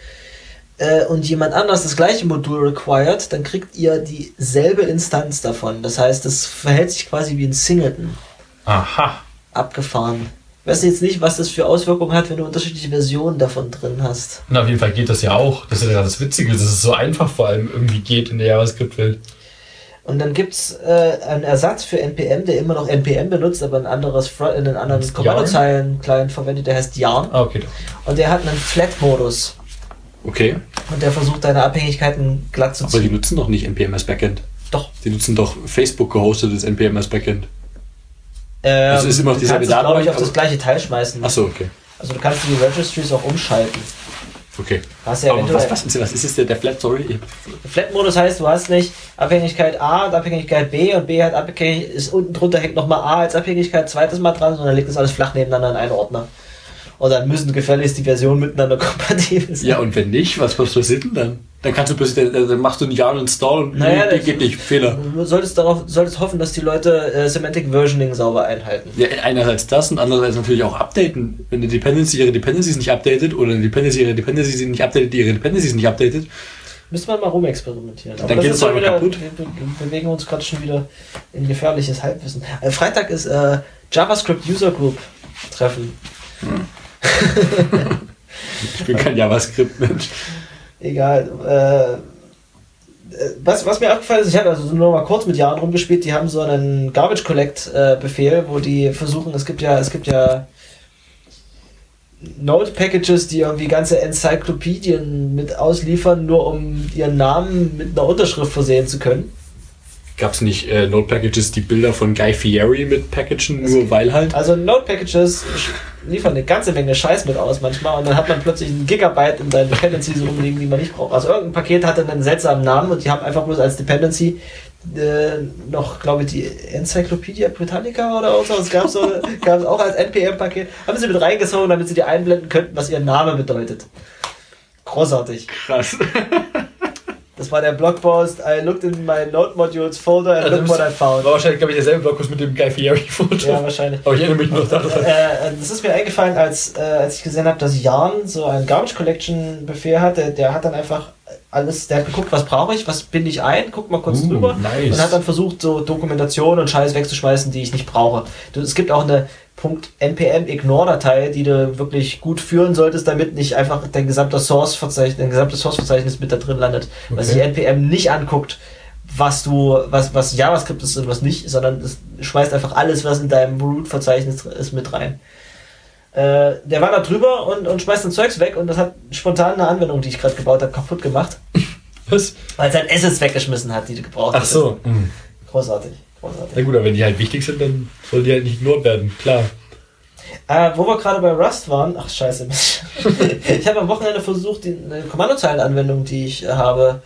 und jemand anders das gleiche Modul required, dann kriegt ihr dieselbe Instanz davon. Das heißt, es verhält sich quasi wie ein Singleton. Aha. Abgefahren. Ich weiß jetzt nicht, was das für Auswirkungen hat, wenn du unterschiedliche Versionen davon drin hast. Na, auf jeden Fall geht das ja auch. Das ist ja das Witzige, dass es so einfach vor allem irgendwie geht in der JavaScript-Welt. Und dann gibt es äh, einen Ersatz für N P M, der immer noch N P M benutzt, aber ein anderes Front, einen anderen Kommandozeilen-Client verwendet, der heißt Yarn. Ah, okay. Und der hat einen Flat-Modus. Okay. Und der versucht, deine Abhängigkeiten glatt zu ziehen. Aber die nutzen doch nicht N P M als Backend. Doch. Die nutzen doch Facebook gehostetes N P M als Backend. Ähm, das ist immer noch dieselbe Datenbank. Du kannst es, glaube ich, auf aber das gleiche Teil schmeißen. Achso, okay. Also du kannst die Registries auch umschalten. Okay. Was, ja aber was, was, was ist es der, der Flat, sorry? Flat-Modus heißt, du hast nicht Abhängigkeit A und Abhängigkeit B und B hat Abhängigkeit, ist unten drunter hängt nochmal A als Abhängigkeit zweites Mal dran, sondern legt das alles flach nebeneinander in einen Ordner. Und dann müssen gefälligst die Versionen miteinander kompatibel sein. Ja, und wenn nicht, was passiert denn dann? Dann kannst du plötzlich, dann machst du nicht Yarn install und naja, nee, geht nicht, Fehler. Du solltest darauf, solltest hoffen, dass die Leute äh, Semantic Versioning sauber einhalten. Ja, einerseits das und andererseits natürlich auch updaten. Wenn eine Dependency ihre Dependencies nicht updatet oder eine Dependency ihre Dependencies nicht updatet, die ihre Dependencies nicht updatet. Müsste man mal rumexperimentieren. Dann geht es doch wieder kaputt. Wir, wir bewegen uns gerade schon wieder in gefährliches Halbwissen. Äh, Freitag ist äh, JavaScript User Group Treffen. Hm. Ich bin kein JavaScript-Mensch. Egal. Äh, was, was mir aufgefallen ist, ich habe also nur mal kurz mit Jahren rumgespielt, die haben so einen Garbage Collect äh, Befehl, wo die versuchen, es gibt ja, es gibt ja Node Packages, die irgendwie ganze Enzyklopädien mit ausliefern, nur um ihren Namen mit einer Unterschrift versehen zu können. Gab es nicht äh, Node Packages, die Bilder von Guy Fieri mit packagen, nur es, weil halt? Also Node Packages liefern eine ganze Menge Scheiß mit aus manchmal und dann hat man plötzlich einen Gigabyte in seinen Dependencies rumliegen, die man nicht braucht. Also irgendein Paket hatte einen seltsamen Namen und die haben einfach bloß als Dependency äh, noch, glaube ich, die Encyclopedia Britannica oder so. Es gab so, gab es auch als N P M-Paket. Haben sie mit reingezogen, damit sie dir einblenden könnten, was ihr Name bedeutet. Großartig. Krass. Das war der Blogpost. I looked in my Node Modules folder and also look what I found. War wahrscheinlich, glaube ich, derselbe Blogpost mit dem Guy Fieri-Foto. Ja, wahrscheinlich. Aber ich erinnere mich noch daran. Äh, das ist mir eingefallen, als, äh, als ich gesehen habe, dass Yarn so einen Garbage Collection Befehl hatte. Der hat dann einfach alles, der hat geguckt, was brauche ich, was binde ich ein, guckt mal kurz uh, drüber nice. Und hat dann versucht, so Dokumentation und Scheiß wegzuschmeißen, die ich nicht brauche. Du, es gibt auch eine .npm-ignore-Datei, die du wirklich gut führen solltest, damit nicht einfach dein gesamter Source-Verzeichnis, dein gesamtes Source-Verzeichnis mit da drin landet. Okay. Weil sich N P M nicht anguckt, was du, was, was JavaScript ist und was nicht, sondern es schmeißt einfach alles, was in deinem Root-Verzeichnis ist, mit rein. Äh, der war da drüber und, und schmeißt dann Zeugs weg und das hat spontan eine Anwendung, die ich gerade gebaut habe, kaputt gemacht. Was? Weil es halt Assets weggeschmissen hat, die du gebraucht hast. Ach so. Mhm. Großartig. Großartig. Na gut, aber wenn die halt wichtig sind, dann sollen die halt nicht ignoriert werden, klar. Äh, wo wir gerade bei Rust waren, ach scheiße, ich habe am Wochenende versucht, die eine Kommandozeilenanwendung, die ich habe,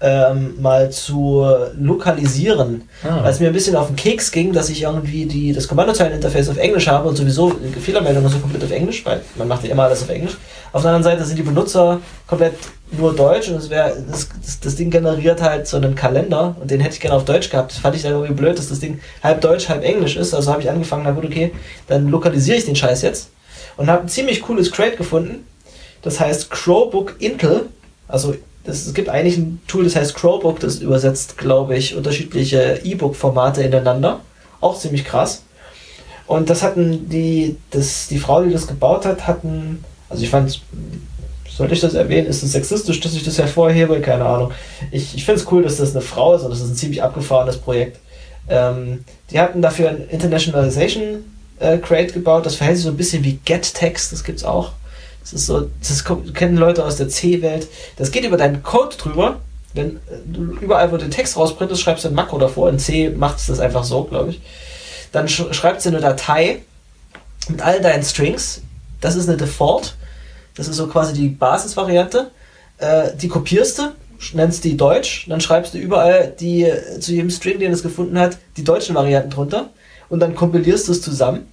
ähm, mal zu lokalisieren. Ah. Weil es mir ein bisschen auf den Keks ging, dass ich irgendwie die, das Kommandozeileninterface auf Englisch habe und sowieso Fehlermeldungen so komplett auf Englisch, weil man macht ja immer alles auf Englisch. Auf der anderen Seite sind die Benutzer komplett nur Deutsch und es wär, das, das, das Ding generiert halt so einen Kalender und den hätte ich gerne auf Deutsch gehabt. Das fand ich dann irgendwie blöd, dass das Ding halb Deutsch, halb Englisch ist. Also habe ich angefangen, na gut, okay, dann lokalisiere ich den Scheiß jetzt und habe ein ziemlich cooles Crate gefunden. Das heißt Crowbook Intel. Also das, es gibt eigentlich ein Tool, das heißt Crowbook, das übersetzt, glaube ich, unterschiedliche E-Book-Formate ineinander. Auch ziemlich krass. Und das hatten die, das, die Frau, die das gebaut hat, hatten, also ich fand, sollte ich das erwähnen, ist es sexistisch, dass ich das hervorhebe? Keine Ahnung. Ich, ich finde es cool, dass das eine Frau ist und das ist ein ziemlich abgefahrenes Projekt. Ähm, die hatten dafür ein Internationalization äh, Crate gebaut, das verhält sich so ein bisschen wie GetText, das gibt's auch. Das ist so, das kennen Leute aus der C-Welt. Das geht über deinen Code drüber. Wenn du überall, wo du den Text rausprintest, schreibst du ein Makro davor. In C macht es das einfach so, glaube ich. Dann sch- schreibst du eine Datei mit all deinen Strings. Das ist eine Default. Das ist so quasi die Basisvariante. Äh, die kopierst du, nennst die Deutsch. Dann schreibst du überall die, zu jedem String, den es gefunden hat, die deutschen Varianten drunter. Und dann kompilierst du es zusammen.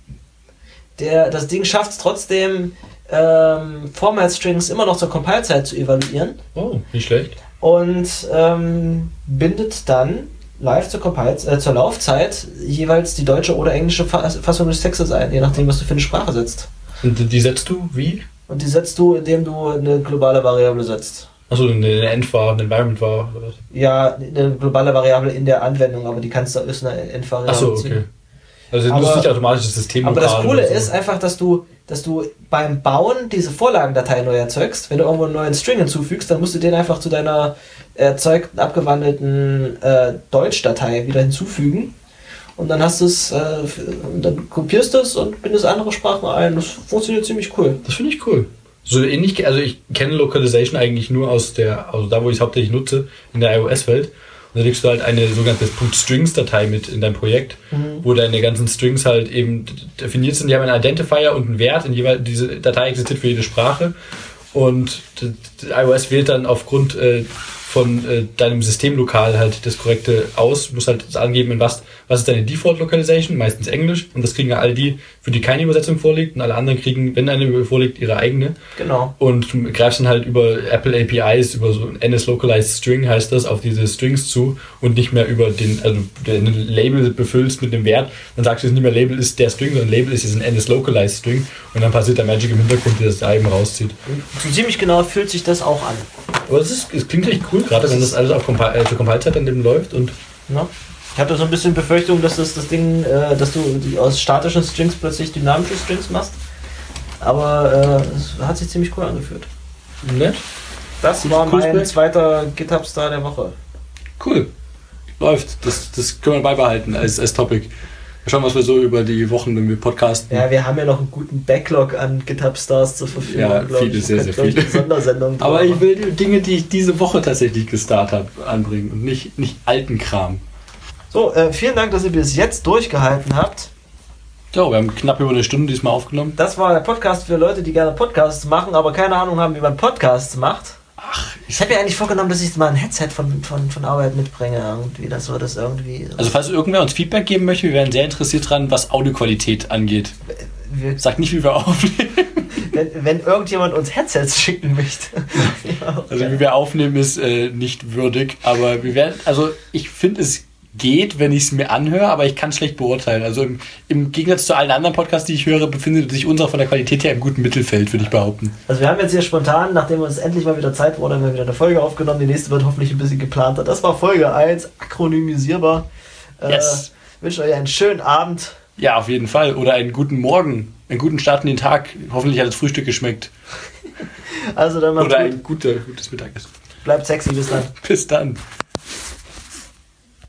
Der, das Ding schafft es trotzdem, ähm, Format-Strings immer noch zur Compile-Zeit zu evaluieren. Oh, nicht schlecht. Und ähm, bindet dann live zur, Compile, äh, zur Laufzeit jeweils die deutsche oder englische Fassung des Textes ein, je nachdem, was du für eine Sprache setzt. Und die setzt du wie? Und die setzt du, indem du eine globale Variable setzt. Achso, eine End-Var, eine Environment-Var oder was? Ja, eine globale Variable in der Anwendung, aber die kannst du ist eine End-Variable Achso, okay. ziehen. Also du nutzt nicht automatisch das System. Aber das Coole so. ist einfach, dass du, dass du beim Bauen diese Vorlagendatei neu erzeugst. Wenn du irgendwo einen neuen String hinzufügst, dann musst du den einfach zu deiner erzeugten, abgewandelten äh, Deutsch-Datei wieder hinzufügen. Und dann hast du es, äh, dann kopierst du es und bindest andere Sprachen ein. Das funktioniert ziemlich cool. Das finde ich cool. So ähnlich, also ich kenne Localization eigentlich nur aus der, also da wo ich es hauptsächlich nutze, in der iOS-Welt. Und da legst du halt eine sogenannte .strings-Datei mit in dein Projekt, mhm. wo deine ganzen Strings halt eben definiert sind. Die haben einen Identifier und einen Wert. In jeweils, diese Datei existiert für jede Sprache. Und iOS wählt dann aufgrund äh, von äh, deinem Systemlokal halt das Korrekte aus. Du musst halt angeben, in was, was ist deine Default-Localization, meistens Englisch. Und das kriegen ja all die, für die keine Übersetzung vorliegt. Und alle anderen kriegen, wenn eine vorliegt, ihre eigene. Genau. Und du greifst dann halt über Apple A P Is, über so ein N S Localized String heißt das, auf diese Strings zu und nicht mehr über den, also ein Label befüllst mit dem Wert. Dann sagst du jetzt nicht mehr, Label ist der String, sondern Label ist jetzt ein N S Localized String. Und dann passiert der Magic im Hintergrund, der das da eben rauszieht. Und ziemlich genau fühlt sich das auch an. Aber es, ist, es klingt echt cool, gerade wenn das alles auf Compi- äh, zur Compile-Zeit an dem läuft. Und ja. Ich hatte so ein bisschen Befürchtung, dass das, das Ding, äh, dass du die aus statischen Strings plötzlich dynamische Strings machst. Aber äh, es hat sich ziemlich cool angefühlt. Nett. Das Gutes war mein Projekt. zweiter GitHub-Star der Woche. Cool. Läuft. Das, das können wir beibehalten als, als Topic. Wir schauen, was wir so über die Wochen, wenn wir podcasten. Ja, wir haben ja noch einen guten Backlog an GitHub-Stars zur Verfügung. Ja, viele, ich. sehr, sehr viele. viele. Sondersendung Aber ich will die Dinge, die ich diese Woche tatsächlich gestartet habe, anbringen und nicht, nicht alten Kram. So, äh, vielen Dank, dass ihr bis jetzt durchgehalten habt. So, wir haben knapp über eine Stunde diesmal aufgenommen. Das war der Podcast für Leute, die gerne Podcasts machen, aber keine Ahnung haben, wie man Podcasts macht. Ach, Ich habe mir eigentlich vorgenommen, dass ich mal ein Headset von, von, von Arbeit mitbringe, irgendwie, dass wir das irgendwie... Also falls irgendwer uns Feedback geben möchte, wir wären sehr interessiert dran, was Audioqualität angeht. wir, Sagt nicht, wie wir aufnehmen. wenn, wenn irgendjemand uns Headsets schicken möchte. Ja, Also wie wir aufnehmen ist äh, nicht würdig, aber wir werden, also ich finde es geht, wenn ich es mir anhöre, aber ich kann es schlecht beurteilen. Also im, im Gegensatz zu allen anderen Podcasts, die ich höre, befindet sich unser von der Qualität her im guten Mittelfeld, würde ich behaupten. Also wir haben jetzt hier spontan, nachdem uns endlich mal wieder Zeit wurde, haben wir wieder eine Folge aufgenommen. Die nächste wird hoffentlich ein bisschen geplanter. Das war Folge eins, akronymisierbar. Äh, Yes. wünsche euch einen schönen Abend. Ja, auf jeden Fall. Oder einen guten Morgen, einen guten Start in den Tag. Hoffentlich hat das Frühstück geschmeckt. Also dann mal Oder gut. ein guter, gutes Mittagessen. Bleibt sexy, bis dann. Bis dann.